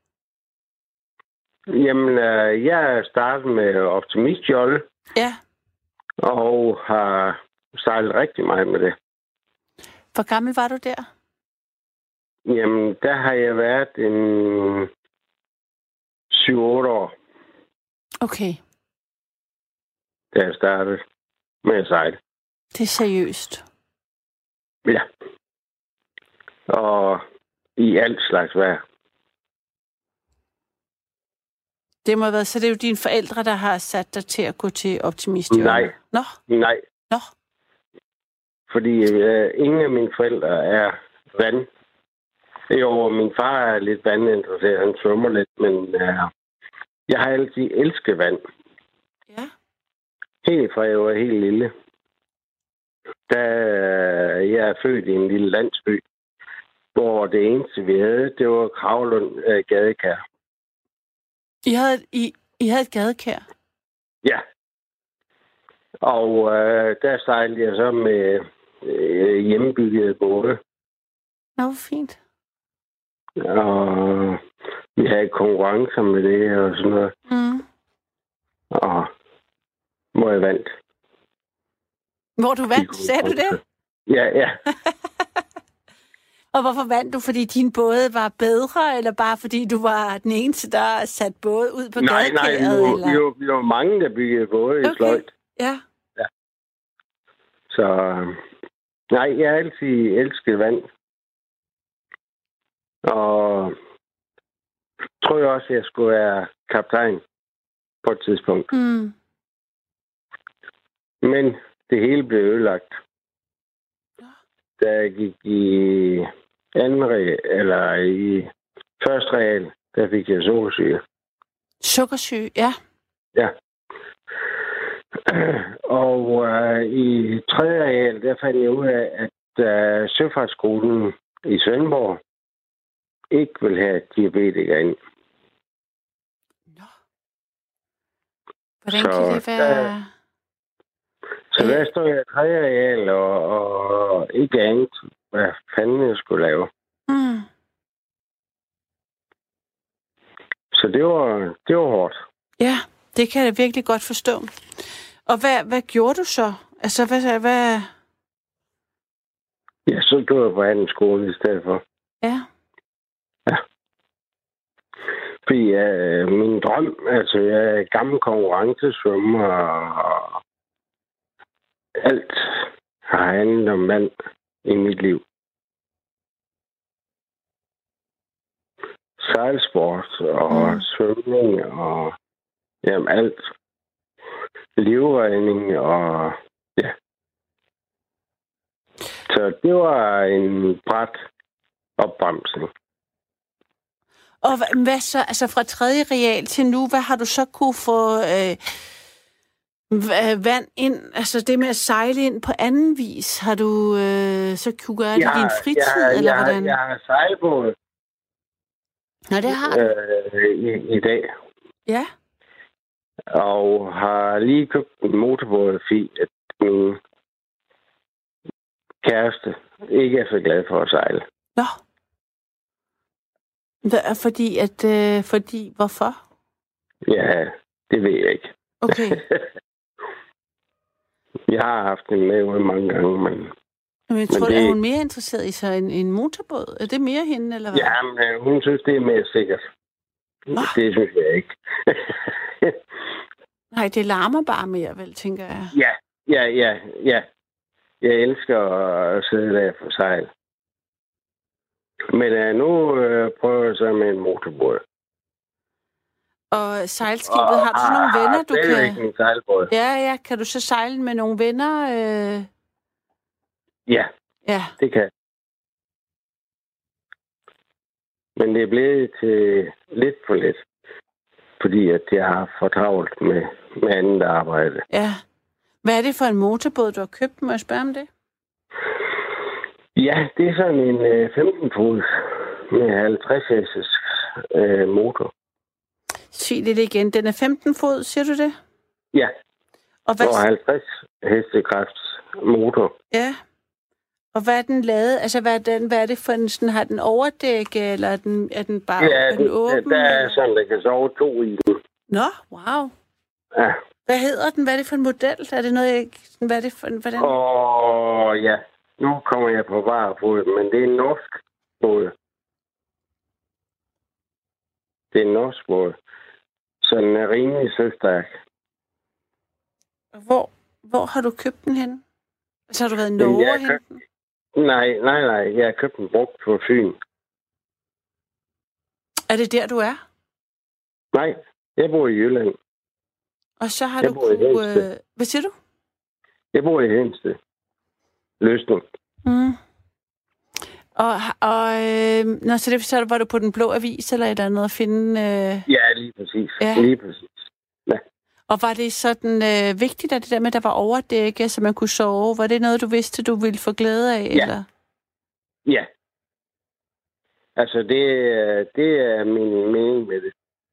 Jamen, jeg startede med optimistjolle. Ja. Og har sejlet rigtig meget med det. Hvor gammel var du der? Jamen, der har jeg været en 7-8 år. Okay. Da jeg startede med at sejle. Det er seriøst. Ja. Og i alt slags vejr. Det må have været, så det er jo dine forældre, der har sat dig til at gå til optimistjolle? Nej. Nå? Nej. Nå? Fordi ingen af mine forældre er vand. Jo, min far er lidt vandinteresseret. Han svømmer lidt, men jeg har altid elsket vand. Ja. Helt fra jeg var helt lille. Da jeg er født i en lille landsby, hvor det eneste, vi havde, det var Kravlund gadekær. I havde et gadekær? Ja. Og der sejlede jeg så med hjemmebyggede både. Nå, hvor fint. Og vi havde konkurrencer med det og sådan noget. Mm. Og hvor jeg vandt. Hvor du vandt? Sagde du det? Ja. Og hvorfor vandt du? Fordi din både var bedre, eller bare fordi du var den eneste, der satte både ud på gadekæret? Nej, vi var mange, der byggede både i sløjt. Ja. Så nej, jeg har altid elsket vand. Og tror jeg også, at jeg skulle være kaptajn på et tidspunkt. Mm. Men det hele blev ødelagt. Da jeg gik i i første real, der fik jeg sukkersyge. Sukkersyge, ja. Ja. Og i tredje real, der fandt jeg ud af, at Søfartsskolen i Svendborg ikke vil have diabetikere ind. Nå. Hvordan kan det være? Så der stod jeg i tredje real og ikke andet, hvad fanden jeg skulle lave. Mm. Så det var hårdt. Ja, det kan jeg virkelig godt forstå. Og hvad gjorde du så? Altså, hvad? Ja, så gjorde jeg på handelsskolen i stedet for. Ja. Ja. Fordi min drøm, altså jeg er gammel konkurrencesvømmer, og alt har handlet om vand i mit liv. Sejlsport og svømning og jamen alt. Livredning og ja. Så det var en brat opbremsning. Og hvad så, altså fra 3. real til nu, hvad har du så kunne få vand ind, altså det med at sejle ind på anden vis, har du så kunne gøre det i din fritid, eller hvordan? Jeg har sejlbåd. Nå, det har du. I dag. Ja. Og har lige købt en motorbåd, fordi at min kæreste ikke er så glad for at sejle. Nå. Fordi hvorfor? Ja, det ved jeg ikke. Okay. Jeg har haft hende med ude mange gange, men jeg tror, er hun mere interesseret i sig en motorbåd? Er det mere hende, eller hvad? Ja, men hun synes, det er mere sikkert. Det synes jeg ikke. Nej, det larmer bare mere, vel, tænker jeg. Ja. Jeg elsker at sidde der for sejl. Men nu prøver jeg så med en motorbåd. Og sejlskibet, har du så nogle venner, du kan... Det er ikke en sejlbåd. Ja, kan du så sejle med nogle venner? Ja, det kan. Men det er blevet til lidt for lidt. Fordi at jeg har for travlt med andet arbejde. Ja. Hvad er det for en motorbåd, du har købt? Må jeg spørge om det? Ja, det er sådan en 15-fod med 50 hestes motor. Sig det igen. Den er 15 fod, siger du det? Ja. Og 50 hestekræfts motor. Ja. Og hvad er den lavet? Altså, hvad er det for en sådan? Har den overdække, eller er den bare er den åben? Der er sådan, der kan sove 2 i den. Nå, wow. Ja. Hvad hedder den? Hvad er det for en model? Er det noget, hvad er det for en... Hvordan? Ja. Nu kommer jeg på varefod, men det er en norsk båd. Det er en norsk båd. Så den er rimelig søstærk. Hvor har du købt den henne? Altså har du været i Norge og hentet den? Nej. Jeg har købt den brugt på Fyn. Er det der, du er? Nej, jeg bor i Jylland. Og så har jeg du... Hvad siger du? Jeg bor i Hensted. Løsning. Mm. Så var du på Den Blå Avis, eller et eller andet at finde... Ja, lige præcis. Ja. Lige præcis. Ja. Og var det sådan vigtigt, at det der med, der var overdække, så man kunne sove? Var det noget, du vidste, du ville få glæde af? Ja. Eller? Ja. Altså, det er min mening med det.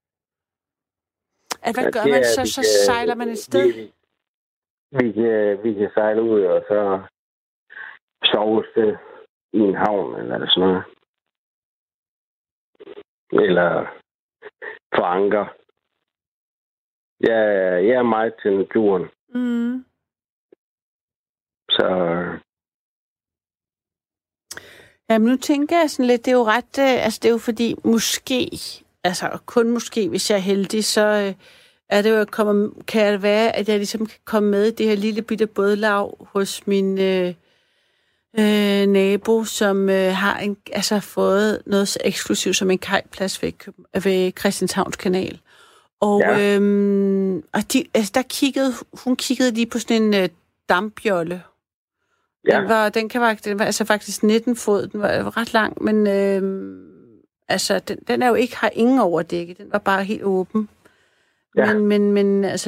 Hvad gør man så? Så sejler man et sted? Vi kan sejle ud, og så soves det i en havn, eller sådan noget. Eller for anker. Jeg er meget til naturen. Mm. Så... Jamen, nu tænker jeg sådan lidt, det er jo ret... altså, det er jo fordi, kun måske, hvis jeg er heldig, så er det jo kan det være, at jeg ligesom kan komme med i det her lille bitte bådlav hos min nabo, som har fået noget så eksklusivt som en kajplads ved Christianshavns Kanal. Og, ja. Hun kiggede lige på sådan en dampjolle. Ja. Den var altså faktisk 19 fod. Den var ret lang, men den er jo ikke, har ingen overdække. Den var bare helt åben. Ja. Men altså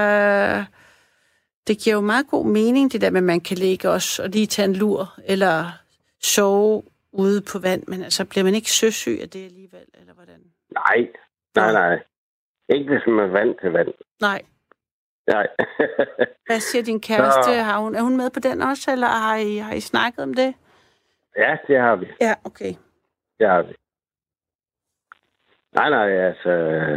det giver jo meget god mening, det der med, at man kan ligge også og lige tage en lur, eller sove ude på vand, men altså bliver man ikke søsyg af det alligevel, eller hvordan? Nej. Ikke hvis man er vant til vand. Nej. Nej. Hvad siger din kæreste? Er hun med på den også, eller har I snakket om det? Ja, det har vi. Ja, okay. Det har vi. Nej, altså...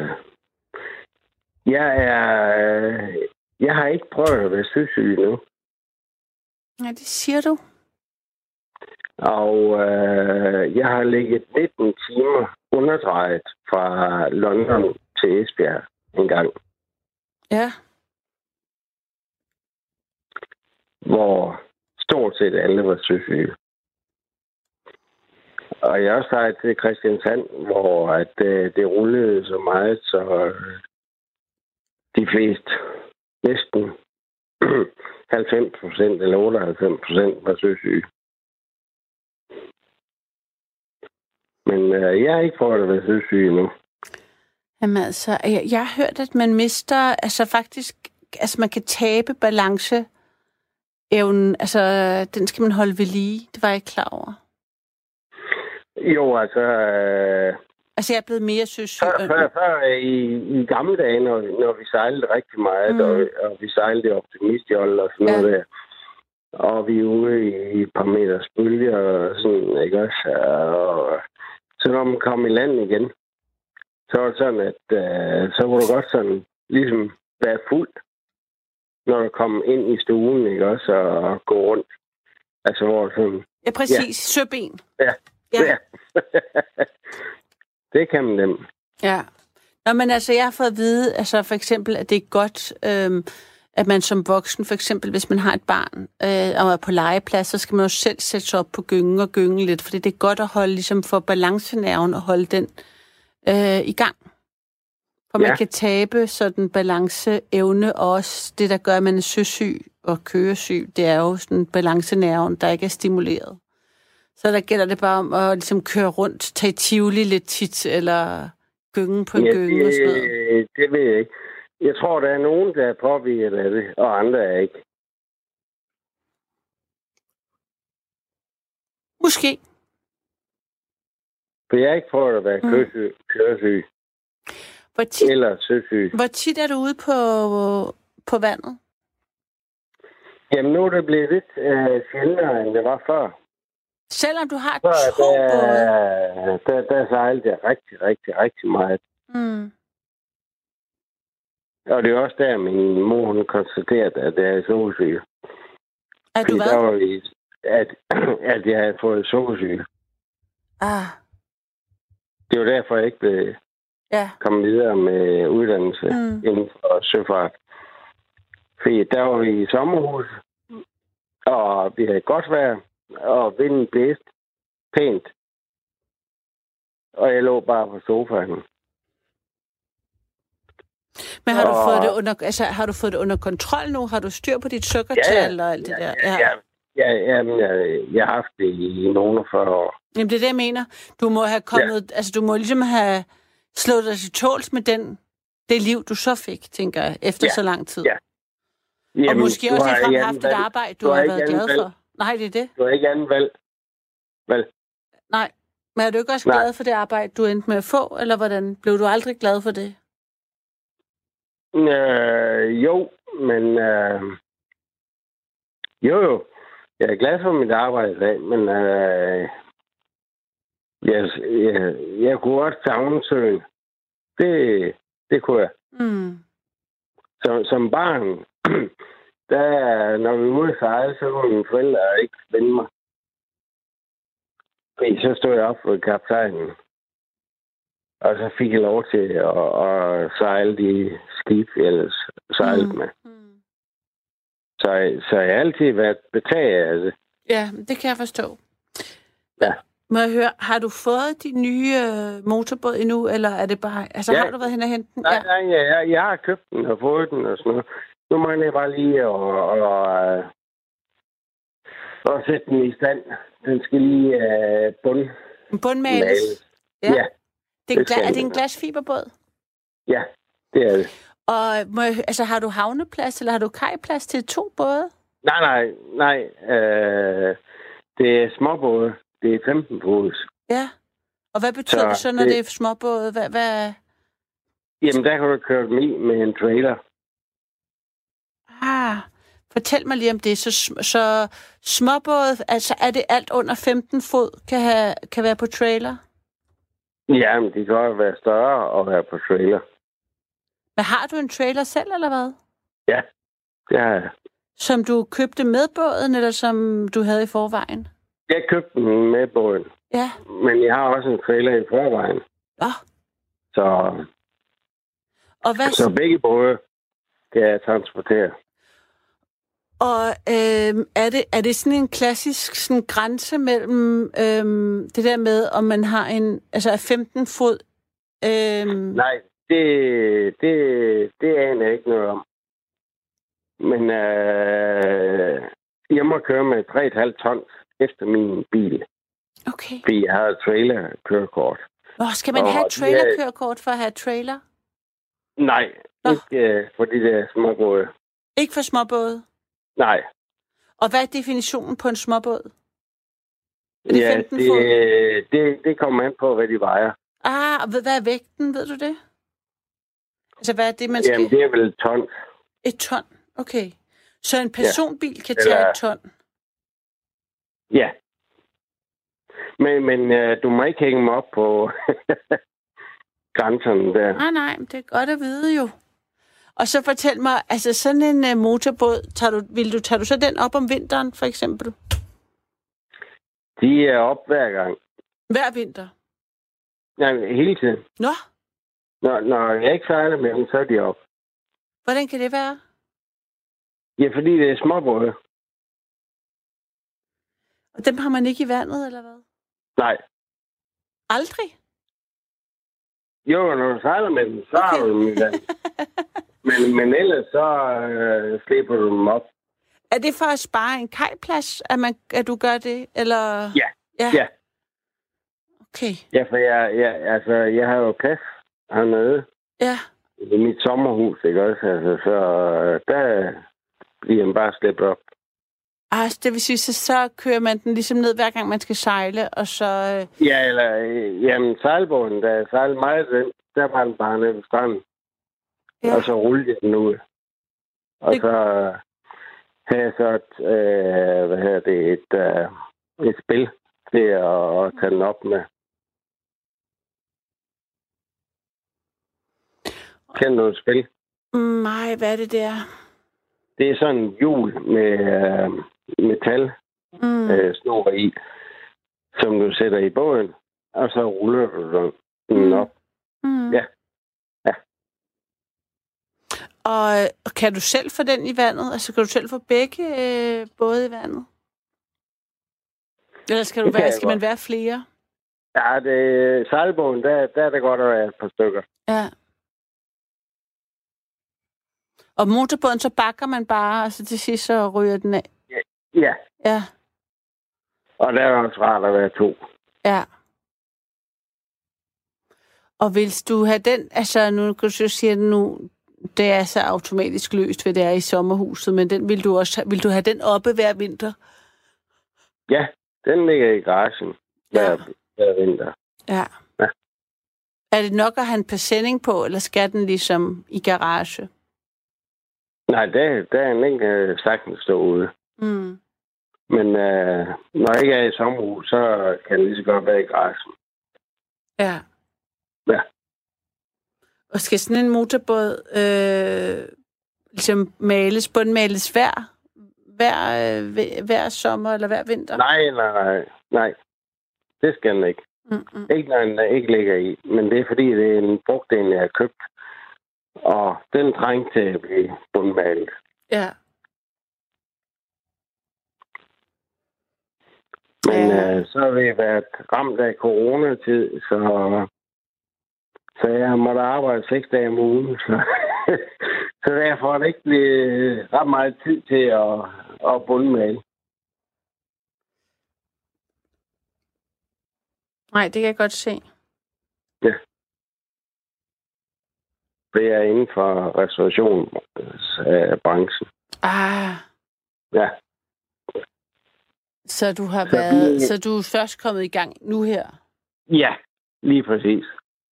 Jeg har ikke prøvet at være søsyg endnu. Ja, det siger du. Og jeg har ligget 19 timer underdrejet fra London til Esbjerg en gang. Ja. Hvor stort set alle var søsyge. Og jeg også sejlet til Kristiansand, hvor at, det rullede så meget, så de fleste, næsten 90% eller 98% var søsyge. Men jeg har ikke prøvet at være søsyg endnu. Jamen altså, jeg har hørt, at man mister, altså faktisk, altså man kan tabe balanceevnen, altså den skal man holde ved lige. Det var jeg ikke klar over. Jo, altså... Altså, jeg er blevet mere søsyg. Før i gamle dage, når vi sejlede rigtig meget, og vi sejlede i optimistjold og sådan noget der, og vi er ude i et par meters bølger og sådan, ikke også? Og så når man kom i land igen, så var det sådan, at så var det godt sådan, ligesom være fuld, når du kom ind i stuen, ikke også? Og gå rundt. Altså, hvor sådan... Ja, præcis. Ja. Søben. Ja. Ja. Det kan man dem. Ja. Nå, men altså, jeg har fået at vide, altså for eksempel, at det er godt, at man som voksen, for eksempel, hvis man har et barn og er på legeplads, så skal man jo selv sætte sig op på gyngen og gynge lidt, fordi det er godt at holde, ligesom for balancenerven, og holde den i gang. For man kan tabe sådan balanceevne, og også det, der gør, at man er søsyg og køresyg, det er jo sådan balancenerven, der ikke er stimuleret. Så der gælder det bare om at ligesom køre rundt, tage Tivoli lidt tit, eller gynge på en gynge og sådan noget. Det ved jeg ikke. Jeg tror, der er nogen, der er påvirket af det, og andre er ikke. Måske. For jeg har ikke prøvet at være køresyg. Eller søsyg. Hvor tit er du ude på vandet? Jamen, nu er det blevet lidt sjældnere, end det var før. Selvom du har 2 både? Der sejlede jeg rigtig meget. Mm. Og det er også der, min mor hun konstaterede, at jeg er sukkersyge. Er du hvad? Der var at jeg havde fået sukkersyge. Ah. Det var derfor, jeg ikke blev kommet videre med uddannelse inden for søfart. Fordi der var vi i sommerhus, og vi havde godt vejr, og vinden blæste pænt. Og jeg lå bare på sofaen. Men har du fået det under, altså har du fået det under kontrol nu? Har du styr på dit sukkertal og alt det der? Jeg har haft det i nogle 40 år. Jamen det er det, jeg mener. Du må have kommet, altså du må ligesom have slået dig til tåls med det liv, du så fik, tænker jeg, efter så lang tid. Ja. Jamen, og måske også ligefrem haft et arbejde, du har været glad for. Nej, det er det. Du har ikke andet valg. Vel? Nej, men er du ikke også glad for det arbejde, du endte med at få, eller hvordan? Blev du aldrig glad for det? Jo, men jo. Jeg er glad for mit arbejde i dag, men jeg kunne også savne søen. Det kunne jeg. Mm. Som barn, der, når vi var ude at sejle, så var mine forældre ikke vende mig. Fordi så stod jeg op for kaptajnen. Og så fik jeg lov til at sejle de skib, jeg ellers sejlede med. Mm. Så jeg har altid været betaget af det. Ja, det kan jeg forstå. Ja. Må jeg høre, har du fået din nye motorbåd endnu, eller er det bare... Altså, har du været hen og hente den? Nej, jeg har købt den og fået den og sådan noget. Nu må jeg bare lige og sætte den i stand. Den skal lige bundmales? Ja. Er det en glasfiberbåd? Ja, det er det. Og har du havneplads, eller har du kajplads til 2 både? Nej. Det er småbåde. Det er 15 fods. Ja. Og hvad betyder det så, når det er småbåde? Hvad? Jamen, der kan du køre dem i med en trailer. Fortæl mig lige om det. Så småbåde, altså er det alt under 15 fod, kan være på trailer? Ja, men de kan også være større og være på trailer. Men har du en trailer selv, eller hvad? Ja, det har jeg. Som du købte med båden, eller som du havde i forvejen? Jeg købte den med båden. Ja. Men jeg har også en trailer i forvejen. Nå. Og hvad... Så begge både kan jeg transportere. Og er det sådan en klassisk sådan grænse mellem det der med, om man har en, altså 15 fod? Nej, det aner jeg ikke noget om. Men jeg må køre med 3,5 tons efter min bil. Okay. Fordi jeg har et trailer-kørekort. Skal man have et trailer-kørekort for at have trailer? Nej, ikke for de der småbåde. Ikke for småbåde? Nej. Og hvad er definitionen på en småbåd? Er det 15 fod? Det kommer an på, hvad de vejer. Og hvad er vægten? Ved du det? Altså, hvad er det, man skal... Jamen, det er vel et ton. Et ton? Okay. Så en personbil kan tage et ton? Ja. Men du må ikke hænge mig op på grænserne der. Nej, men det er godt at vide jo. Og så fortæl mig, altså sådan en motorbåd, tager du så den op om vinteren, for eksempel? De er op hver gang. Hver vinter? Ja, hele tiden. Nå? Når jeg ikke sejler med dem, så er de op. Hvordan kan det være? Ja, fordi det er småbåde. Og dem har man ikke i vandet, eller hvad? Nej. Aldrig? Jo, når du sejler med dem, så har du dem i vandet. Men ellers så slipper du dem op. Er det for at spare en kajplads, at du gør det? Eller? Ja. Okay. Ja, for jeg har jo plads hernede. Ja. I mit sommerhus, ikke også? Altså, så der bliver man bare slæbt op. Altså, det vil sige, så kører man den ligesom ned, hver gang man skal sejle, og så... Ja, eller... Jamen, sejlbåden, der sejler meget den, der var den bare nede ved stranden. Ja. Og så rullede jeg den ud. Og så havde jeg så et spil til at tage den op med. Kender du et spil? Nej, hvad er det der? Det er sådan en hjul med metal snor i, som du sætter i båden, og så ruller du den op. Ja. Og kan du selv få den i vandet? Altså, kan du selv få begge både i vandet? Eller skal man være flere? Ja, sejlbåden, der er det godt at være et par stykker. Ja. Og motorbåden, så bakker man bare, og så til sidst så ryger den af? Ja. Ja. Og der er også rart at være 2. Ja. Og vil du have den, altså nu kan du sige, at nu det er så automatisk løst, hvad det er i sommerhuset, men den vil du have den oppe hver vinter? Ja, den ligger i garagen hver vinter. Ja. Er det nok at have en presenning på, eller skal den ligesom i garage? Nej, der er den ikke sagtens stå ude. Mm. Men når jeg ikke er i sommerhus, så kan den lige så godt være i garagen. Ja. Ja. Og skal sådan en motorbåd ligesom bundmales hver sommer eller hver vinter? Nej. Det skal den ikke. Mm-mm. Ikke når den ikke ligger i. Men det er fordi, det er en brugt, den jeg har købt. Og den trængte til at blive bundmalet. Ja. Men så har vi været ramt af coronatid, så jeg måtte arbejde 6 dage om ugen. Så derfor er det ikke blevet ret meget tid til at bundmale. Nej, det kan jeg godt se. Ja. Det er inden for restaurationsbranchen. Ja. Så du har så du er først kommet i gang nu her? Ja, lige præcis.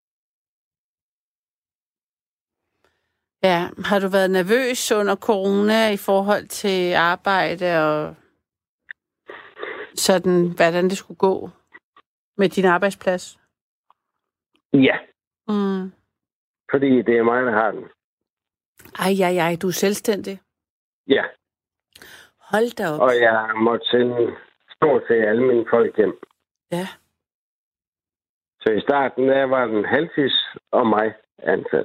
Ja, har du været nervøs under corona i forhold til arbejde og sådan, hvordan det skulle gå med din arbejdsplads? Ja. Mm. Fordi det er mig, der har den. Ej, du er selvstændig? Ja. Hold da op. Og jeg måtte sende stort set alle mine folk hjem. Ja. Så i starten der var den halvtids og mig ansat.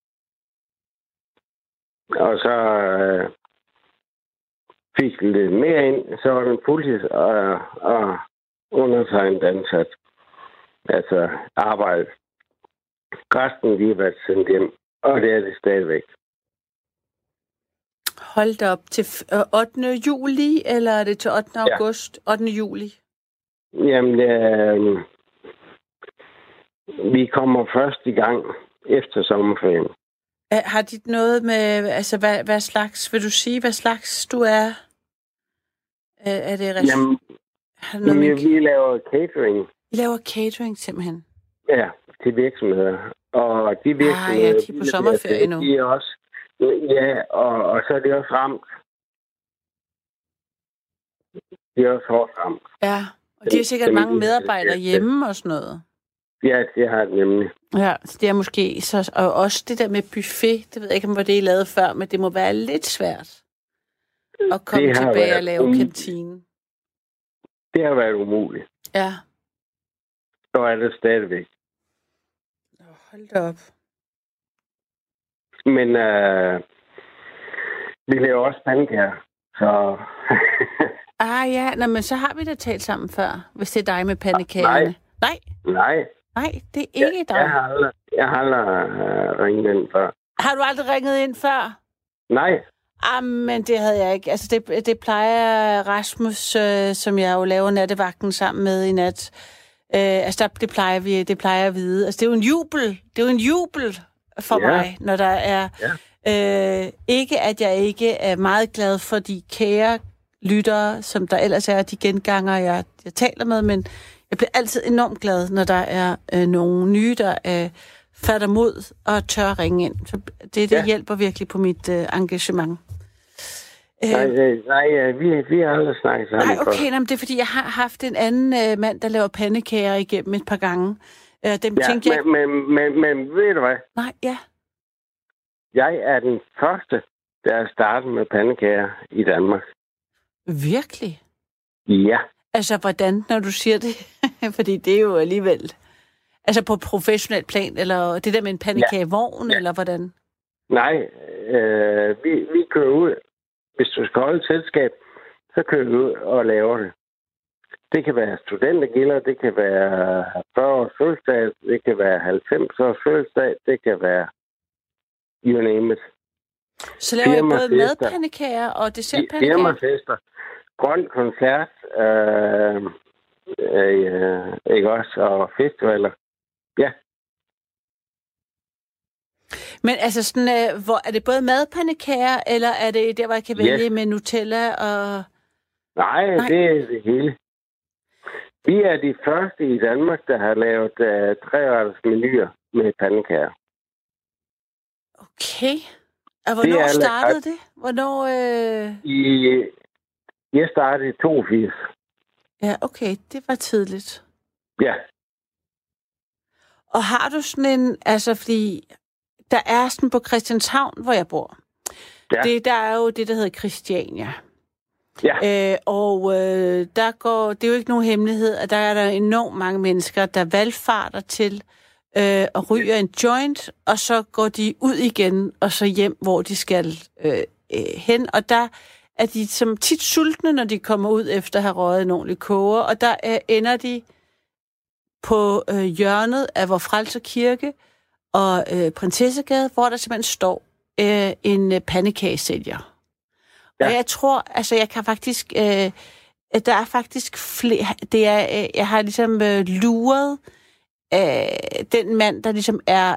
Og så fik den lidt mere ind, så var den fuldtids og undertegnet ansat. Altså arbejde. Resten lige været sendt hjem, og det er det stadigvæk. Hold da op til 8. juli, eller er det til 8. august? 8. juli? Jamen, vi kommer først i gang efter sommerferien. Har de noget med, altså hvad slags, vil du sige, hvad slags du er? Er det Jamen, vi laver catering. I laver catering simpelthen? Ja, til virksomheder. Og de virksomheder... ja, de er på sommerferie nu. De er også... Ja, og så er det også ramt. De er også hårdt ramt. Ja, og de har sikkert mange medarbejdere hjemme og sådan noget. Ja, det har det nemlig. Ja, så det er måske... Og også det der med buffet, det ved jeg ikke, om det er lavet før, men det må være lidt svært at komme tilbage og lave kantinen. Det har været umuligt. Ja. Så er det stadigvæk. Hold da op. Men vi laver også pandekager, så... ja, men så har vi da talt sammen før, hvis det er dig med pandekagerne. Nej, det er ikke dig. Jeg har aldrig ringet ind før. Har du aldrig ringet ind før? Nej. Men det havde jeg ikke. Altså, det plejer Rasmus, som jeg jo laver nattevagten sammen med i nat. Det plejer jeg at vide. Altså, det er jo en jubel. Det er jo en jubel for mig, når der er... Ja. Ikke, at jeg ikke er meget glad for de kære lyttere, som der ellers er, de genganger, jeg taler med, men jeg bliver altid enormt glad, når der er nogle nye, der fatter mod og tør ringe ind. Så det hjælper virkelig på mit engagement. Nej, vi har aldrig snakket sammen. Nej, okay, men det er fordi, jeg har haft en anden mand, der laver pandekager igennem et par gange. Tænkte jeg... Men ved du hvad? Nej, ja. Jeg er den første, der er startet med pandekager i Danmark. Virkelig? Ja. Altså, hvordan, når du siger det? Fordi det er jo alligevel... Altså på professionel plan, eller det der med en pandekagevogn, eller hvordan? Nej, vi kører ud. Hvis du skal holde et selskab, så kører vi ud og laver det. Det kan være studentergilder, det kan være 40 års fødselsdag, det kan være 90 års fødselsdag, det kan være you name it. Så laver jeg både madpandekager og dessertpandekager? Firmafester, grøn koncert, ikke også, og festivaler. Ja. Men altså sådan, hvor er det både madpandekager, eller er det der, hvor jeg kan vælge med Nutella og... Nej, det er det hele. Vi er de første i Danmark, der har lavet 3-retters menuer med pandekager. Okay. Og hvornår startede det? Hvornår... Jeg startede i 82. Ja, okay. Det var tidligt. Ja. Og har du sådan en... Altså, fordi der er sådan på Christianshavn, hvor jeg bor. Ja. Der er jo det, der hedder Christiania. Ja. Det er jo ikke nogen hemmelighed, at der er der enormt mange mennesker, der valgfarter til og ryger en joint, og så går de ud igen, og så hjem, hvor de skal hen. Og der er de som tit sultne, når de kommer ud efter at have røget en ordentlig koger, og der ender de på hjørnet af Vor Frelser Kirke og Prinsessegade, hvor der simpelthen står en pandekagesælger. Ja. Og jeg tror, altså jeg kan faktisk, der er faktisk flere, jeg har ligesom luret den mand, der ligesom er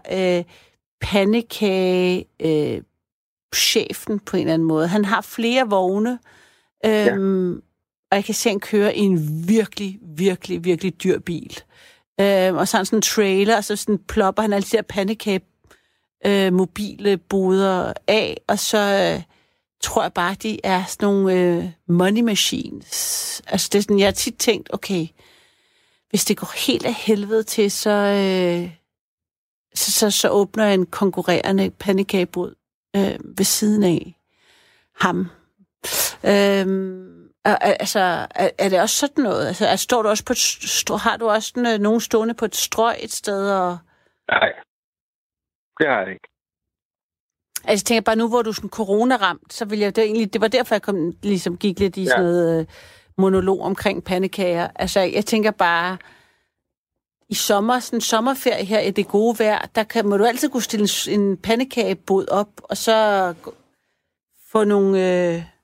pandekage-chefen på en eller anden måde. Han har flere vogne, og jeg kan se, at han kører i en virkelig, virkelig, virkelig dyr bil. Og sådan en trailer, og så sådan plopper han alle de der pandekage mobile boder af, og så tror jeg bare, de er sådan nogle money machines. Altså det er sådan, jeg har tit tænkt, okay, hvis det går helt af helvede til, så åbner en konkurrerende pandekagebod ved siden af ham. Er det også sådan noget? Altså, står du også på har du også nogen stående på et strøg et sted? Og... Nej, det har jeg ikke. Altså, jeg tænker bare nu, hvor du er sådan corona-ramt, så vil jeg det var derfor, jeg gik lidt i sådan noget monolog omkring pandekager. Altså, jeg tænker bare, i sommerferie her i det gode vejr, må du altid kunne stille en pandekagebod op, og så få nogle